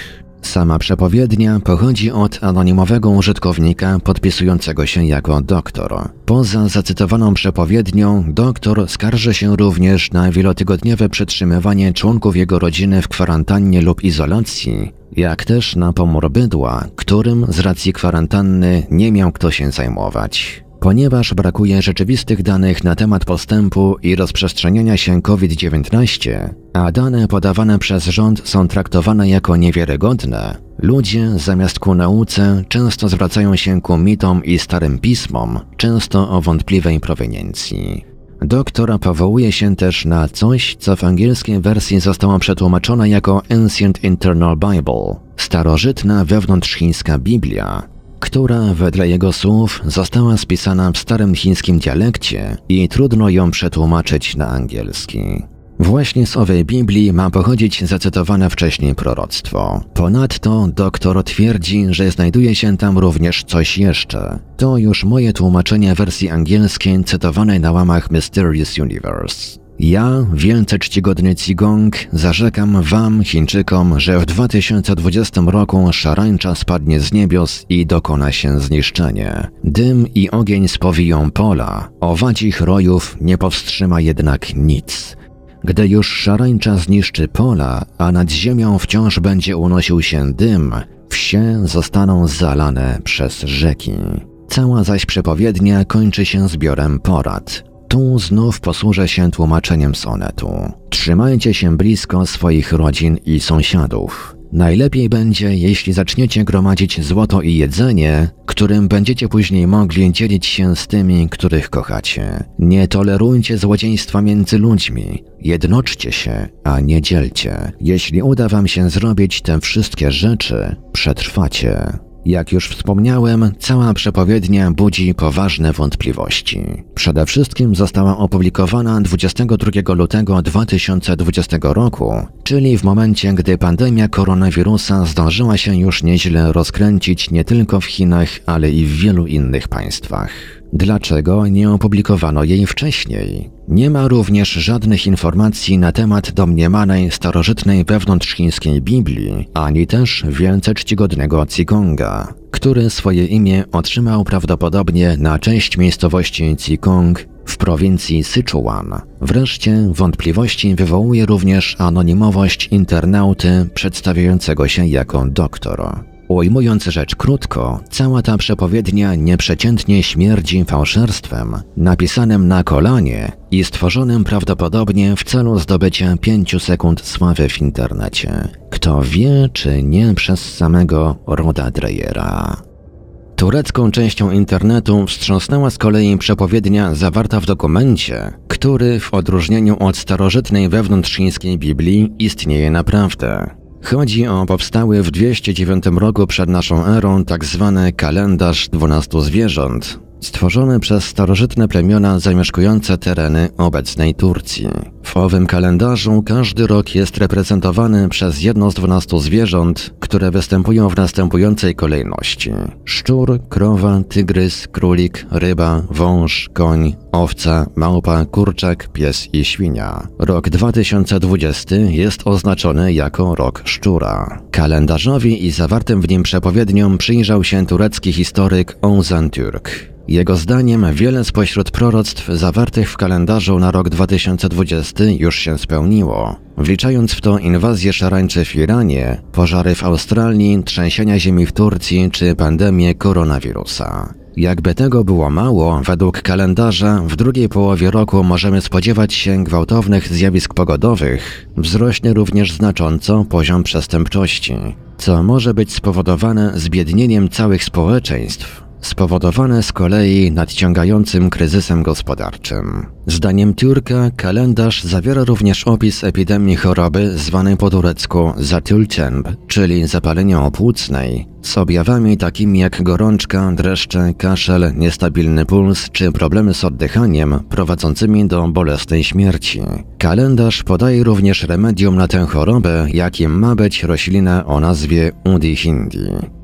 Sama przepowiednia pochodzi od anonimowego użytkownika podpisującego się jako doktor. Poza zacytowaną przepowiednią, doktor skarży się również na wielotygodniowe przetrzymywanie członków jego rodziny w kwarantannie lub izolacji, jak też na pomór bydła, którym z racji kwarantanny nie miał kto się zajmować. Ponieważ brakuje rzeczywistych danych na temat postępu i rozprzestrzeniania się COVID dziewiętnaście, a dane podawane przez rząd są traktowane jako niewiarygodne, ludzie zamiast ku nauce często zwracają się ku mitom i starym pismom, często o wątpliwej proweniencji. Doktor powołuje się też na coś, co w angielskiej wersji zostało przetłumaczone jako Ancient Internal Bible, starożytna wewnątrzchińska Biblia, która wedle jego słów została spisana w starym chińskim dialekcie i trudno ją przetłumaczyć na angielski. Właśnie z owej Biblii ma pochodzić zacytowane wcześniej proroctwo. Ponadto doktor twierdzi, że znajduje się tam również coś jeszcze. To już moje tłumaczenie wersji angielskiej cytowanej na łamach Mysterious Universe. Ja, wielce czcigodny Qigong, zarzekam wam, Chińczykom, że w dwa tysiące dwudziestym roku szarańcza spadnie z niebios i dokona się zniszczenie. Dym i ogień spowiją pola, owadzich rojów nie powstrzyma jednak nic. Gdy już szarańcza zniszczy pola, a nad ziemią wciąż będzie unosił się dym, wsie zostaną zalane przez rzeki. Cała zaś przepowiednia kończy się zbiorem porad. Tu znów posłużę się tłumaczeniem sonetu. Trzymajcie się blisko swoich rodzin i sąsiadów. Najlepiej będzie, jeśli zaczniecie gromadzić złoto i jedzenie, którym będziecie później mogli dzielić się z tymi, których kochacie. Nie tolerujcie złodziejstwa między ludźmi. Jednoczcie się, a nie dzielcie. Jeśli uda wam się zrobić te wszystkie rzeczy, przetrwacie. Jak już wspomniałem, cała przepowiednia budzi poważne wątpliwości. Przede wszystkim została opublikowana dwudziestego drugiego lutego dwa tysiące dwudziestego roku, czyli w momencie, gdy pandemia koronawirusa zdążyła się już nieźle rozkręcić nie tylko w Chinach, ale i w wielu innych państwach. Dlaczego nie opublikowano jej wcześniej? Nie ma również żadnych informacji na temat domniemanej starożytnej wewnątrzchińskiej Biblii, ani też wielce czcigodnego Qigonga, który swoje imię otrzymał prawdopodobnie na cześć miejscowości Qigong w prowincji Sichuan. Wreszcie wątpliwości wywołuje również anonimowość internauty przedstawiającego się jako doktor. Ujmując rzecz krótko, cała ta przepowiednia nieprzeciętnie śmierdzi fałszerstwem, napisanym na kolanie i stworzonym prawdopodobnie w celu zdobycia pięciu sekund sławy w internecie. Kto wie, czy nie przez samego Roda Dreyera. Turecką częścią internetu wstrząsnęła z kolei przepowiednia zawarta w dokumencie, który w odróżnieniu od starożytnej wewnątrzchińskiej Biblii istnieje naprawdę. Chodzi o powstały w dwieście dziewiątym roku przed naszą erą tzw. kalendarz dwunastu zwierząt, stworzony przez starożytne plemiona zamieszkujące tereny obecnej Turcji. W owym kalendarzu każdy rok jest reprezentowany przez jedno z dwunastu zwierząt, które występują w następującej kolejności: szczur, krowa, tygrys, królik, ryba, wąż, koń, owca, małpa, kurczak, pies i świnia. Rok dwa tysiące dwudziesty jest oznaczony jako rok szczura. Kalendarzowi i zawartym w nim przepowiedniom przyjrzał się turecki historyk Oğuzhan Türk. Jego zdaniem wiele spośród proroctw zawartych w kalendarzu na rok dwa tysiące dwudziesty już się spełniło, wliczając w to inwazję szarańczy w Iranie, pożary w Australii, trzęsienia ziemi w Turcji czy pandemię koronawirusa. Jakby tego było mało, według kalendarza w drugiej połowie roku możemy spodziewać się gwałtownych zjawisk pogodowych, wzrośnie również znacząco poziom przestępczości, co może być spowodowane zbiednieniem całych społeczeństw, spowodowane z kolei nadciągającym kryzysem gospodarczym. Zdaniem Türka kalendarz zawiera również opis epidemii choroby zwanej po turecku zatülçemb, czyli zapalenia opłucnej, z objawami takimi jak gorączka, dreszcze, kaszel, niestabilny puls czy problemy z oddychaniem prowadzącymi do bolesnej śmierci. Kalendarz podaje również remedium na tę chorobę, jakim ma być roślina o nazwie Udi Hindi.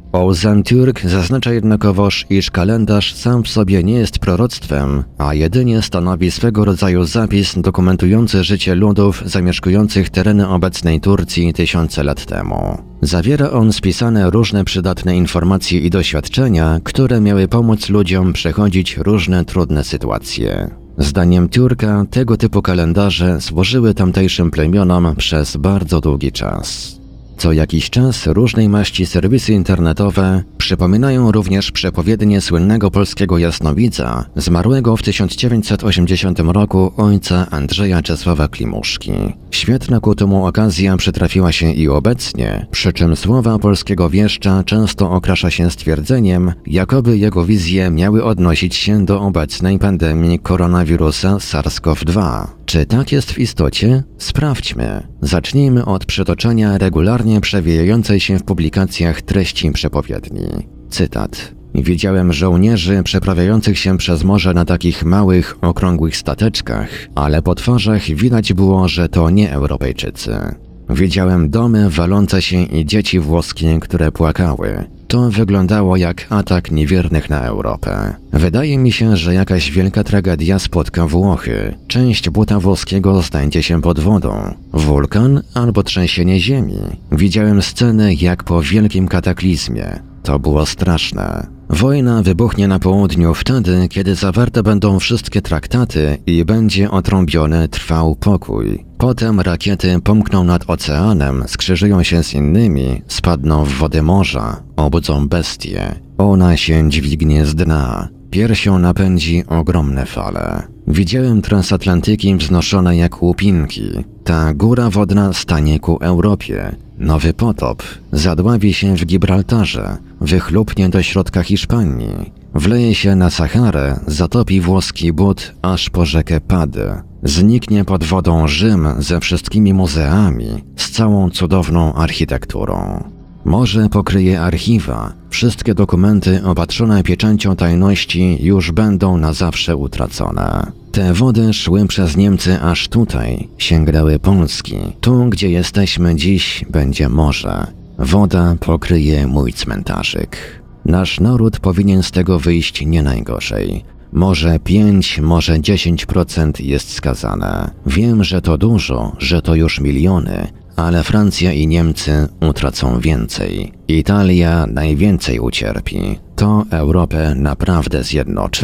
Ozan Türk zaznacza jednakowoż, iż kalendarz sam w sobie nie jest proroctwem, a jedynie stanowi swego rodzaju zapis dokumentujący życie ludów zamieszkujących tereny obecnej Turcji tysiące lat temu. Zawiera on spisane różne przydatne informacje i doświadczenia, które miały pomóc ludziom przechodzić różne trudne sytuacje. Zdaniem Türka tego typu kalendarze służyły tamtejszym plemionom przez bardzo długi czas. Co jakiś czas różnej maści serwisy internetowe przypominają również przepowiednie słynnego polskiego jasnowidza, zmarłego w tysiąc dziewięćset osiemdziesiątym roku ojca Andrzeja Czesława Klimuszki. Świetna ku temu okazja przytrafiła się i obecnie, przy czym słowa polskiego wieszcza często okrasza się stwierdzeniem, jakoby jego wizje miały odnosić się do obecnej pandemii koronawirusa SARS-CoV dwa. Czy tak jest w istocie? Sprawdźmy. Zacznijmy od przytoczenia regularnie przewijającej się w publikacjach treści przepowiedni. Cytat. Widziałem żołnierzy przeprawiających się przez morze na takich małych, okrągłych stateczkach, ale po twarzach widać było, że to nie Europejczycy. Widziałem domy walące się i dzieci włoskie, które płakały. To wyglądało jak atak niewiernych na Europę. Wydaje mi się, że jakaś wielka tragedia spotka Włochy. Część buta włoskiego znajdzie się pod wodą. Wulkan albo trzęsienie ziemi. Widziałem sceny jak po wielkim kataklizmie. To było straszne. Wojna wybuchnie na południu wtedy, kiedy zawarte będą wszystkie traktaty i będzie otrąbiony trwał pokój. Potem rakiety pomkną nad oceanem, skrzyżują się z innymi, spadną w wody morza, obudzą bestię. Ona się dźwignie z dna. Piersią napędzi ogromne fale. Widziałem transatlantyki wznoszone jak łupinki. Ta góra wodna stanie ku Europie. Nowy potop zadławi się w Gibraltarze, wychlupnie do środka Hiszpanii. Wleje się na Saharę, zatopi włoski but aż po rzekę Pady. Zniknie pod wodą Rzym ze wszystkimi muzeami, z całą cudowną architekturą. Morze pokryje archiwa, wszystkie dokumenty opatrzone pieczęcią tajności już będą na zawsze utracone. Te wody szły przez Niemcy aż tutaj, sięgnęły Polski. Tu, gdzie jesteśmy dziś, będzie morze. Woda pokryje mój cmentarzyk. Nasz naród powinien z tego wyjść nie najgorzej. Może pięć, może dziesięć procent jest skazane. Wiem, że to dużo, że to już miliony, ale Francja i Niemcy utracą więcej. Italia najwięcej ucierpi. To Europę naprawdę zjednoczy.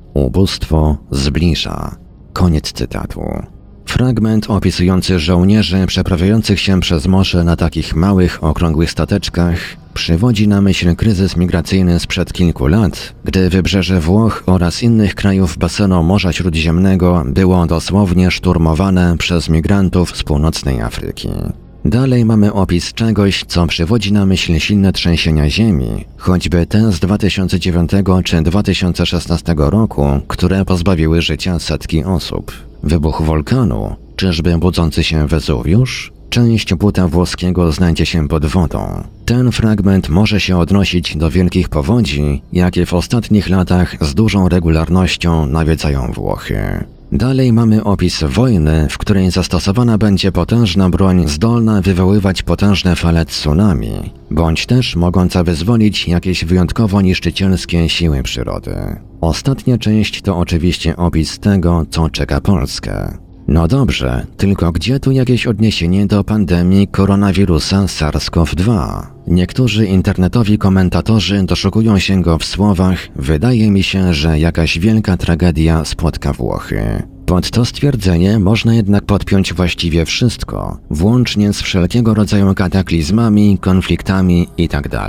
Ubóstwo zbliża. Koniec cytatu. Fragment opisujący żołnierzy przeprawiających się przez morze na takich małych, okrągłych stateczkach przywodzi na myśl kryzys migracyjny sprzed kilku lat, gdy wybrzeże Włoch oraz innych krajów basenu Morza Śródziemnego było dosłownie szturmowane przez migrantów z północnej Afryki. Dalej mamy opis czegoś, co przywodzi na myśl silne trzęsienia ziemi, choćby te z dwa tysiące dziewiątego czy dwa tysiące szesnastego roku, które pozbawiły życia setki osób. Wybuch wulkanu, czyżby budzący się Wezuwiusz? Część buta włoskiego znajdzie się pod wodą. Ten fragment może się odnosić do wielkich powodzi, jakie w ostatnich latach z dużą regularnością nawiedzają Włochy. Dalej mamy opis wojny, w której zastosowana będzie potężna broń zdolna wywoływać potężne fale tsunami, bądź też mogąca wyzwolić jakieś wyjątkowo niszczycielskie siły przyrody. Ostatnia część to oczywiście opis tego, co czeka Polskę. No dobrze, tylko gdzie tu jakieś odniesienie do pandemii koronawirusa SARS-CoV dwa? Niektórzy internetowi komentatorzy doszukują się go w słowach „wydaje mi się, że jakaś wielka tragedia spotka Włochy”. Pod to stwierdzenie można jednak podpiąć właściwie wszystko, włącznie z wszelkiego rodzaju kataklizmami, konfliktami itd.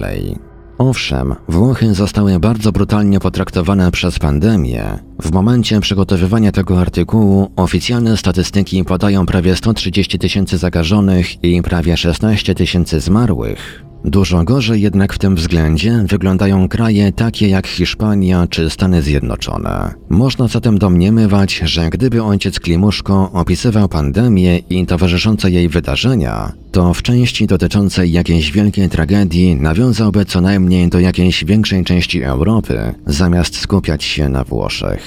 Owszem, Włochy zostały bardzo brutalnie potraktowane przez pandemię. W momencie przygotowywania tego artykułu oficjalne statystyki podają prawie sto trzydzieści tysięcy zakażonych i prawie szesnaście tysięcy zmarłych. Dużo gorzej jednak w tym względzie wyglądają kraje takie jak Hiszpania czy Stany Zjednoczone. Można zatem domniemywać, że gdyby ojciec Klimuszko opisywał pandemię i towarzyszące jej wydarzenia, to w części dotyczącej jakiejś wielkiej tragedii nawiązałby co najmniej do jakiejś większej części Europy, zamiast skupiać się na Włoszech.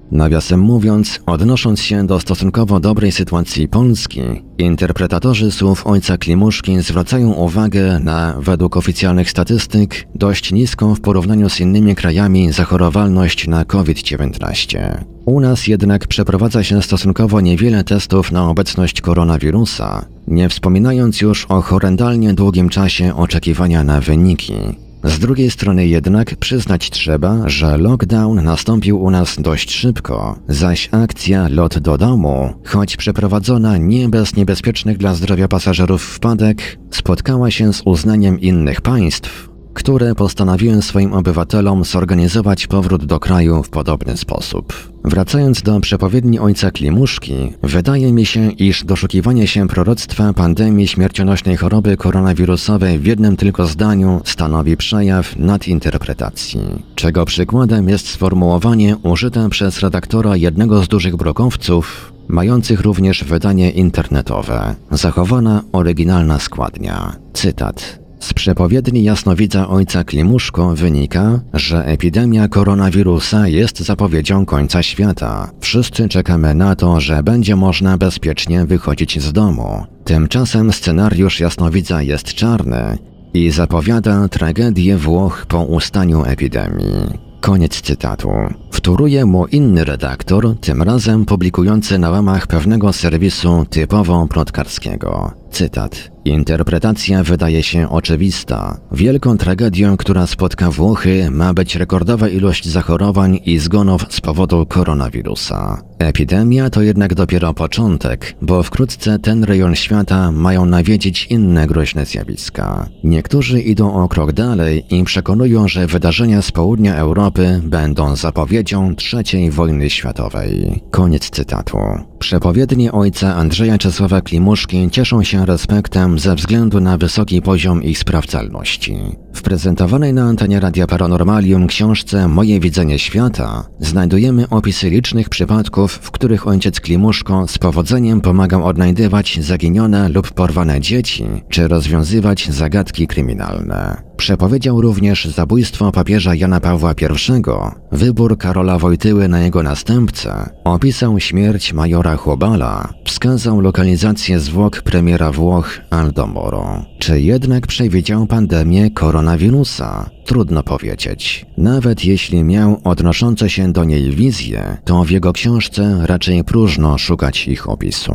Nawiasem mówiąc, odnosząc się do stosunkowo dobrej sytuacji Polski, interpretatorzy słów ojca Klimuszki zwracają uwagę na, według oficjalnych statystyk, dość niską w porównaniu z innymi krajami zachorowalność na COVID dziewiętnaście. U nas jednak przeprowadza się stosunkowo niewiele testów na obecność koronawirusa, nie wspominając już o horrendalnie długim czasie oczekiwania na wyniki. Z drugiej strony jednak przyznać trzeba, że lockdown nastąpił u nas dość szybko, zaś akcja Lot do domu, choć przeprowadzona nie bez niebezpiecznych dla zdrowia pasażerów wpadek, spotkała się z uznaniem innych państw, które postanowiły swoim obywatelom zorganizować powrót do kraju w podobny sposób. Wracając do przepowiedni ojca Klimuszki, wydaje mi się, iż doszukiwanie się proroctwa pandemii śmiercionośnej choroby koronawirusowej w jednym tylko zdaniu stanowi przejaw nadinterpretacji, czego przykładem jest sformułowanie użyte przez redaktora jednego z dużych brokowców, mających również wydanie internetowe. Zachowana oryginalna składnia. Cytat. Z przepowiedni jasnowidza ojca Klimuszko wynika, że epidemia koronawirusa jest zapowiedzią końca świata. Wszyscy czekamy na to, że będzie można bezpiecznie wychodzić z domu. Tymczasem scenariusz jasnowidza jest czarny i zapowiada tragedię Włoch po ustaniu epidemii. Koniec cytatu. Wtóruje mu inny redaktor, tym razem publikujący na łamach pewnego serwisu typowo plotkarskiego. Cytat. Interpretacja wydaje się oczywista. Wielką tragedią, która spotka Włochy, ma być rekordowa ilość zachorowań i zgonów z powodu koronawirusa. Epidemia to jednak dopiero początek, bo wkrótce ten rejon świata mają nawiedzić inne groźne zjawiska. Niektórzy idą o krok dalej i przekonują, że wydarzenia z południa Europy będą zapowiedzią trzeciej wojny światowej. Koniec cytatu. Przepowiednie ojca Andrzeja Czesława Klimuszki cieszą się respektem ze względu na wysoki poziom ich sprawdzalności. W prezentowanej na antenie Radia Paranormalium książce Moje widzenie świata znajdujemy opisy licznych przypadków, w których ojciec Klimuszko z powodzeniem pomagał odnajdywać zaginione lub porwane dzieci, czy rozwiązywać zagadki kryminalne. Przepowiedział również zabójstwo papieża Jana Pawła pierwszego, wybór Karola Wojtyły na jego następcę, opisał śmierć majora Chłobala, wskazał lokalizację zwłok premiera Włoch Aldo Moro. Czy jednak przewidział pandemię koronawirusa? Trudno powiedzieć. Nawet jeśli miał odnoszące się do niej wizje, to w jego książce raczej próżno szukać ich opisu.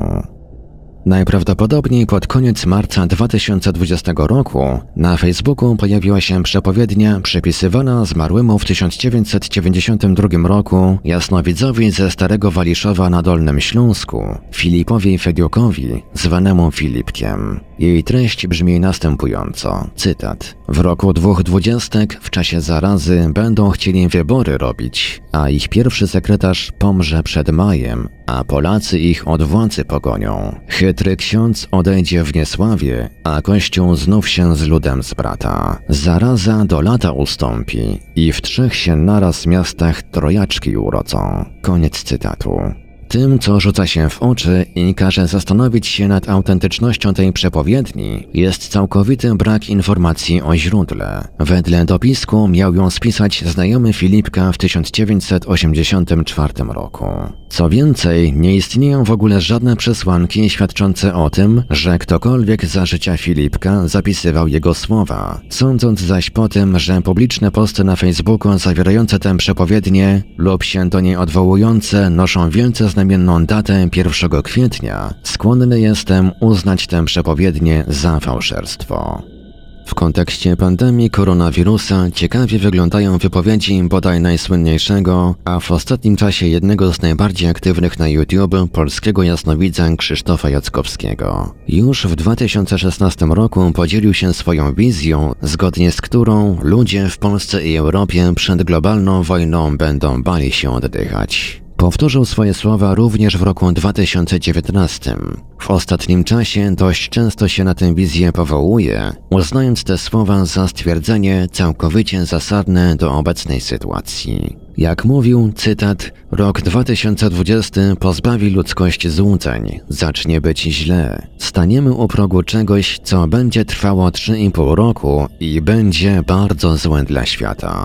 Najprawdopodobniej pod koniec marca dwa tysiące dwudziestego roku na Facebooku pojawiła się przepowiednia przypisywana zmarłemu w tysiąc dziewięćset dziewięćdziesiątym drugim roku jasnowidzowi ze Starego Waliszowa na Dolnym Śląsku, Filipowi Fediukowi, zwanemu Filipkiem. Jej treść brzmi następująco, cytat. W roku dwóch dwudziestek w czasie zarazy będą chcieli wybory robić, a ich pierwszy sekretarz pomrze przed majem, a Polacy ich od władzy pogonią. Chytry ksiądz odejdzie w niesławie, a Kościół znów się z ludem zbrata. Zaraza do lata ustąpi i w trzech się naraz miastach trojaczki urodzą. Koniec cytatu. Tym, co rzuca się w oczy i każe zastanowić się nad autentycznością tej przepowiedni, jest całkowity brak informacji o źródle. Wedle dopisku miał ją spisać znajomy Filipka w tysiąc dziewięćset osiemdziesiątym czwartym roku. Co więcej, nie istnieją w ogóle żadne przesłanki świadczące o tym, że ktokolwiek za życia Filipka zapisywał jego słowa. Sądząc zaś po tym, że publiczne posty na Facebooku zawierające tę przepowiednię lub się do niej odwołujące noszą wielce znamienną datę pierwszego kwietnia, skłonny jestem uznać tę przepowiednię za fałszerstwo. W kontekście pandemii koronawirusa ciekawie wyglądają wypowiedzi bodaj najsłynniejszego, a w ostatnim czasie jednego z najbardziej aktywnych na YouTube polskiego jasnowidza Krzysztofa Jackowskiego. Już w dwa tysiące szesnastym roku podzielił się swoją wizją, zgodnie z którą ludzie w Polsce i Europie przed globalną wojną będą bali się oddychać. Powtórzył swoje słowa również w roku dwa tysiące dziewiętnastym. W ostatnim czasie dość często się na tę wizję powołuje, uznając te słowa za stwierdzenie całkowicie zasadne do obecnej sytuacji. Jak mówił, cytat, rok dwa tysiące dwudziesty pozbawi ludzkość złudzeń, zacznie być źle. Staniemy u progu czegoś, co będzie trwało trzy i pół roku i będzie bardzo złe dla świata.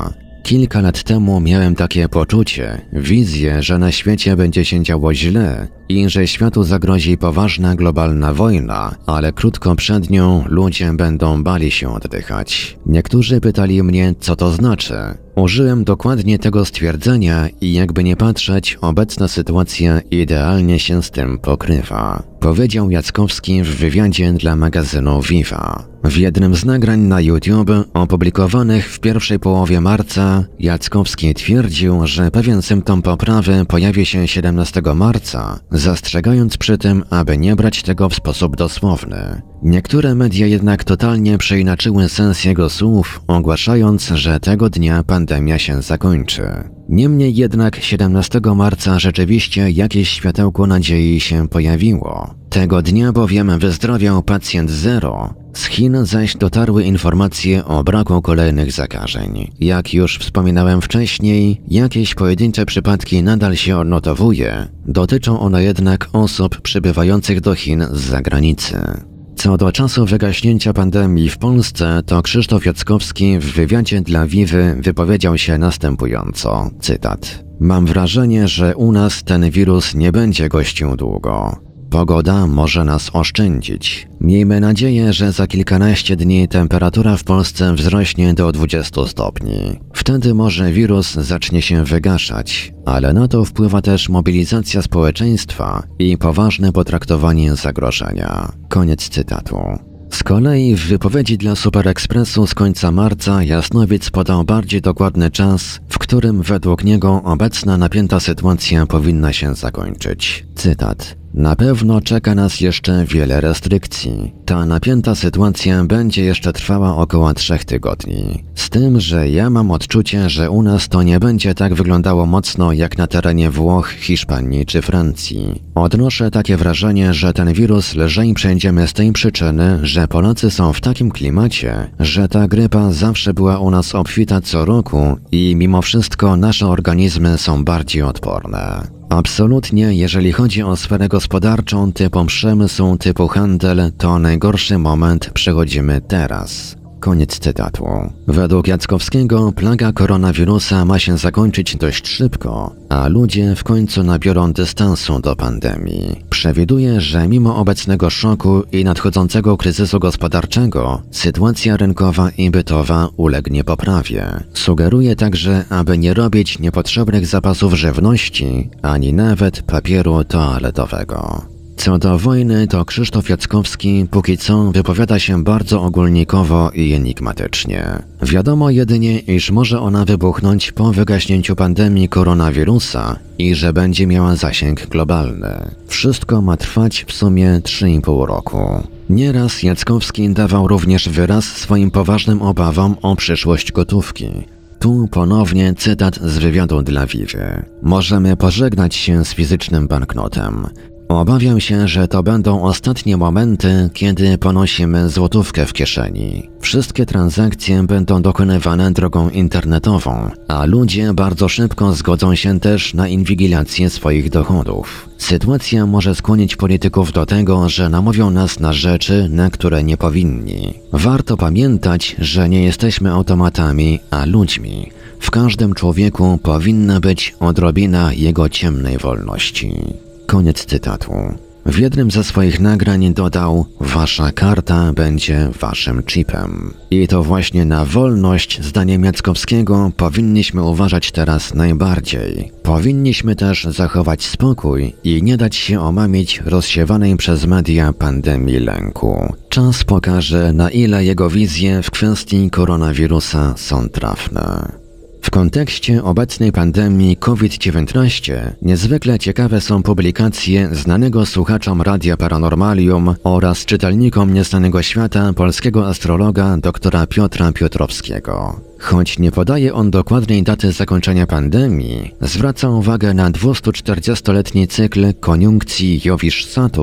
Kilka lat temu miałem takie poczucie, wizję, że na świecie będzie się działo źle i że światu zagrozi poważna globalna wojna, ale krótko przed nią ludzie będą bali się oddychać. Niektórzy pytali mnie, co to znaczy. Użyłem dokładnie tego stwierdzenia i jakby nie patrzeć, obecna sytuacja idealnie się z tym pokrywa. Powiedział Jackowski w wywiadzie dla magazynu Viva. W jednym z nagrań na YouTube opublikowanych w pierwszej połowie marca Jackowski twierdził, że pewien symptom poprawy pojawi się siedemnastego marca, zastrzegając przy tym, aby nie brać tego w sposób dosłowny. Niektóre media jednak totalnie przeinaczyły sens jego słów, ogłaszając, że tego dnia pandemia się zakończy. Niemniej jednak siedemnastego marca rzeczywiście jakieś światełko nadziei się pojawiło. Tego dnia bowiem wyzdrowiał pacjent zero. Z Chin zaś dotarły informacje o braku kolejnych zakażeń. Jak już wspominałem wcześniej, jakieś pojedyncze przypadki nadal się odnotowuje. Dotyczą one jednak osób przybywających do Chin z zagranicy. Co do czasu wygaśnięcia pandemii w Polsce, to Krzysztof Jackowski w wywiadzie dla Vivy wypowiedział się następująco, cytat: Mam wrażenie, że u nas ten wirus nie będzie gościł długo. Pogoda może nas oszczędzić. Miejmy nadzieję, że za kilkanaście dni temperatura w Polsce wzrośnie do dwudziestu stopni. Wtedy może wirus zacznie się wygaszać, ale na to wpływa też mobilizacja społeczeństwa i poważne potraktowanie zagrożenia. Koniec cytatu. Z kolei w wypowiedzi dla Super Expressu z końca marca Jasnowic podał bardziej dokładny czas, w którym według niego obecna napięta sytuacja powinna się zakończyć. Cytat: Na pewno czeka nas jeszcze wiele restrykcji. Ta napięta sytuacja będzie jeszcze trwała około trzech tygodni. Z tym, że ja mam odczucie, że u nas to nie będzie tak wyglądało mocno jak na terenie Włoch, Hiszpanii czy Francji. Odnoszę takie wrażenie, że ten wirus lżej przejdziemy z tej przyczyny, że Polacy są w takim klimacie, że ta grypa zawsze była u nas obfita co roku i mimo wszystko nasze organizmy są bardziej odporne. Absolutnie, jeżeli chodzi o sferę gospodarczą typu przemysł, typu handel, to najgorszy moment przechodzimy teraz. Koniec cytatu. Według Jackowskiego plaga koronawirusa ma się zakończyć dość szybko, a ludzie w końcu nabiorą dystansu do pandemii. Przewiduje, że mimo obecnego szoku i nadchodzącego kryzysu gospodarczego, sytuacja rynkowa i bytowa ulegnie poprawie. Sugeruje także, aby nie robić niepotrzebnych zapasów żywności, ani nawet papieru toaletowego. Co do wojny, to Krzysztof Jackowski póki co wypowiada się bardzo ogólnikowo i enigmatycznie. Wiadomo jedynie, iż może ona wybuchnąć po wygaśnięciu pandemii koronawirusa i że będzie miała zasięg globalny. Wszystko ma trwać w sumie trzy i pół roku. Nieraz Jackowski dawał również wyraz swoim poważnym obawom o przyszłość gotówki. Tu ponownie cytat z wywiadu dla Vivy. Możemy pożegnać się z fizycznym banknotem. Obawiam się, że to będą ostatnie momenty, kiedy ponosimy złotówkę w kieszeni. Wszystkie transakcje będą dokonywane drogą internetową, a ludzie bardzo szybko zgodzą się też na inwigilację swoich dochodów. Sytuacja może skłonić polityków do tego, że namówią nas na rzeczy, na które nie powinni. Warto pamiętać, że nie jesteśmy automatami, a ludźmi. W każdym człowieku powinna być odrobina jego ciemnej wolności. Koniec cytatu. W jednym ze swoich nagrań dodał: Wasza karta będzie waszym chipem. I to właśnie na wolność, zdaniem Jackowskiego, powinniśmy uważać teraz najbardziej. Powinniśmy też zachować spokój i nie dać się omamić rozsiewanej przez media pandemii lęku. Czas pokaże, na ile jego wizje w kwestii koronawirusa są trafne. W kontekście obecnej pandemii COVID dziewiętnaście niezwykle ciekawe są publikacje znanego słuchaczom Radia Paranormalium oraz czytelnikom Nieznanego Świata polskiego astrologa doktora Piotra Piotrowskiego. Choć nie podaje on dokładnej daty zakończenia pandemii, zwraca uwagę na dwustuczterdziestoletni cykl koniunkcji Jowisz-Saturn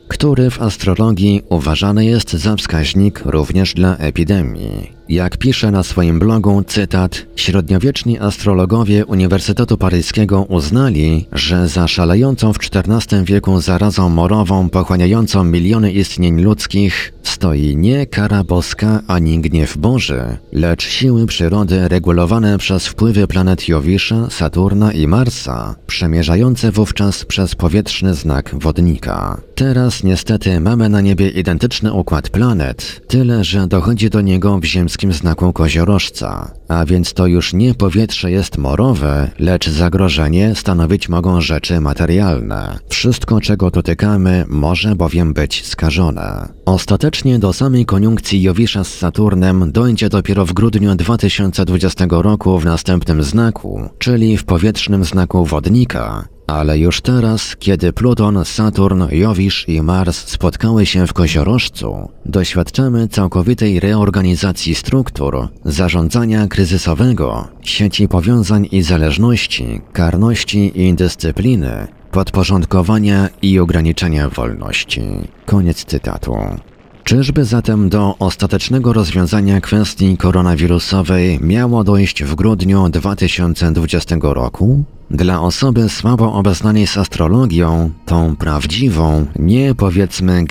który w astrologii uważany jest za wskaźnik również dla epidemii. Jak pisze na swoim blogu, cytat, średniowieczni astrologowie Uniwersytetu Paryskiego uznali, że za szalejącą w czternastym wieku zarazą morową pochłaniającą miliony istnień ludzkich stoi nie kara boska ani gniew Boży, lecz siły przyrody regulowane przez wpływy planet Jowisza, Saturna i Marsa, przemierzające wówczas przez powietrzny znak wodnika. Teraz niestety mamy na niebie identyczny układ planet, tyle że dochodzi do niego w ziemskim znaku koziorożca, a więc to już nie powietrze jest morowe, lecz zagrożenie stanowić mogą rzeczy materialne. Wszystko, czego dotykamy, może bowiem być skażone. Ostatecznie do samej koniunkcji Jowisza z Saturnem dojdzie dopiero w grudniu dwa tysiące dwudziestego roku w następnym znaku, czyli w powietrznym znaku wodnika. Ale już teraz, kiedy Pluton, Saturn, Jowisz i Mars spotkały się w koziorożcu, doświadczamy całkowitej reorganizacji struktur, zarządzania kryzysowego, sieci powiązań i zależności, karności i dyscypliny, podporządkowania i ograniczenia wolności. Koniec cytatu. Czyżby zatem do ostatecznego rozwiązania kwestii koronawirusowej miało dojść w grudniu dwa tysiące dwudziestego roku? Dla osoby słabo obeznanej z astrologią, tą prawdziwą, nie powiedzmy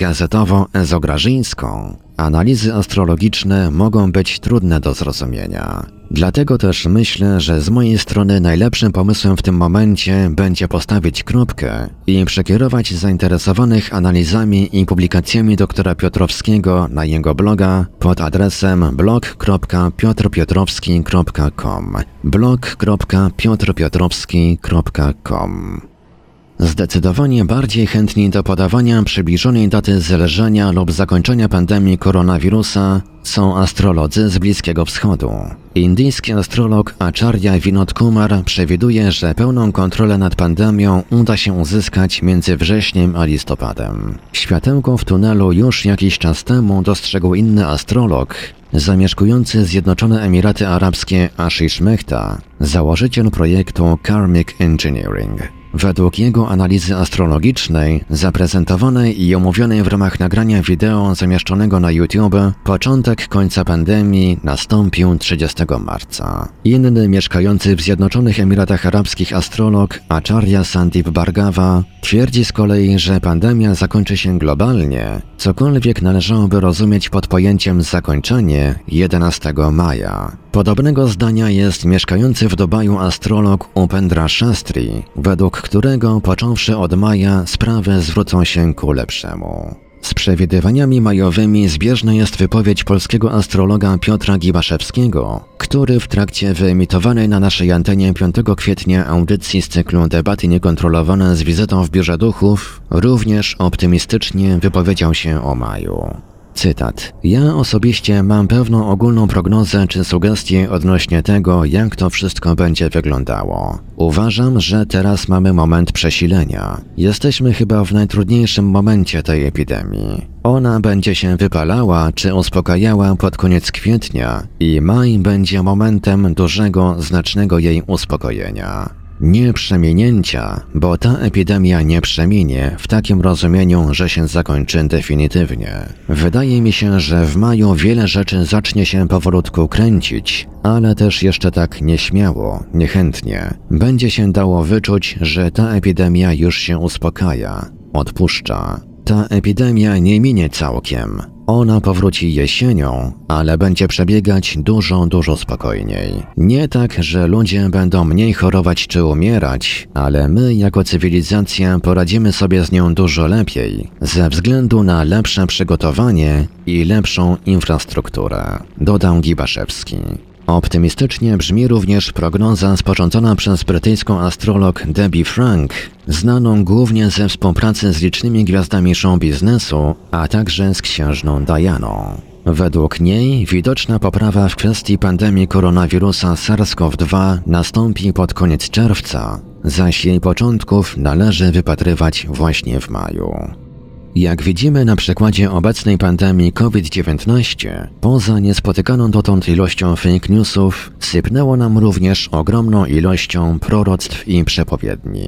gazetowo-ezograżyńską, analizy astrologiczne mogą być trudne do zrozumienia. Dlatego też myślę, że z mojej strony najlepszym pomysłem w tym momencie będzie postawić kropkę i przekierować zainteresowanych analizami i publikacjami doktora Piotrowskiego na jego bloga pod adresem blog kropka piotr piotrowski kropka com blog kropka piotr piotrowski kropka com. Zdecydowanie bardziej chętni do podawania przybliżonej daty zelżenia lub zakończenia pandemii koronawirusa są astrolodzy z Bliskiego Wschodu. Indyjski astrolog Acharya Vinod Kumar przewiduje, że pełną kontrolę nad pandemią uda się uzyskać między wrześniem a listopadem. Światełko w tunelu już jakiś czas temu dostrzegł inny astrolog, zamieszkujący Zjednoczone Emiraty Arabskie Ashish Mehta, założyciel projektu Karmic Engineering. Według jego analizy astrologicznej, zaprezentowanej i omówionej w ramach nagrania wideo zamieszczonego na YouTube, początek końca pandemii nastąpił trzydziestego marca. Inny mieszkający w Zjednoczonych Emiratach Arabskich astrolog Acharya Sandip Bhargava twierdzi z kolei, że pandemia zakończy się globalnie, cokolwiek należałoby rozumieć pod pojęciem zakończenie jedenastego maja. Podobnego zdania jest mieszkający w Dubaju astrolog Upendra Shastri, według którego począwszy od maja sprawy zwrócą się ku lepszemu. Z przewidywaniami majowymi zbieżna jest wypowiedź polskiego astrologa Piotra Gibaszewskiego, który w trakcie wyemitowanej na naszej antenie piątego kwietnia audycji z cyklu Debaty Niekontrolowane z wizytą w Biurze Duchów również optymistycznie wypowiedział się o maju. Cytat. Ja osobiście mam pewną ogólną prognozę czy sugestię odnośnie tego, jak to wszystko będzie wyglądało. Uważam, że teraz mamy moment przesilenia. Jesteśmy chyba w najtrudniejszym momencie tej epidemii. Ona będzie się wypalała czy uspokajała pod koniec kwietnia i maj będzie momentem dużego, znacznego jej uspokojenia. Nie przeminięcia, bo ta epidemia nie przeminie w takim rozumieniu, że się zakończy definitywnie. Wydaje mi się, że w maju wiele rzeczy zacznie się powolutku kręcić, ale też jeszcze tak nieśmiało, niechętnie. Będzie się dało wyczuć, że ta epidemia już się uspokaja, odpuszcza. Ta epidemia nie minie całkiem. Ona powróci jesienią, ale będzie przebiegać dużo, dużo spokojniej. Nie tak, że ludzie będą mniej chorować czy umierać, ale my jako cywilizacja poradzimy sobie z nią dużo lepiej, ze względu na lepsze przygotowanie i lepszą infrastrukturę, dodał Gibaszewski. Optymistycznie brzmi również prognoza sporządzona przez brytyjską astrolog Debbie Frank, znaną głównie ze współpracy z licznymi gwiazdami show biznesu, a także z księżną Dianą. Według niej widoczna poprawa w kwestii pandemii koronawirusa SARS-CoV dwa nastąpi pod koniec czerwca, zaś jej początków należy wypatrywać właśnie w maju. Jak widzimy na przykładzie obecnej pandemii COVID dziewiętnaście, poza niespotykaną dotąd ilością fake newsów, sypnęło nam również ogromną ilością proroctw i przepowiedni.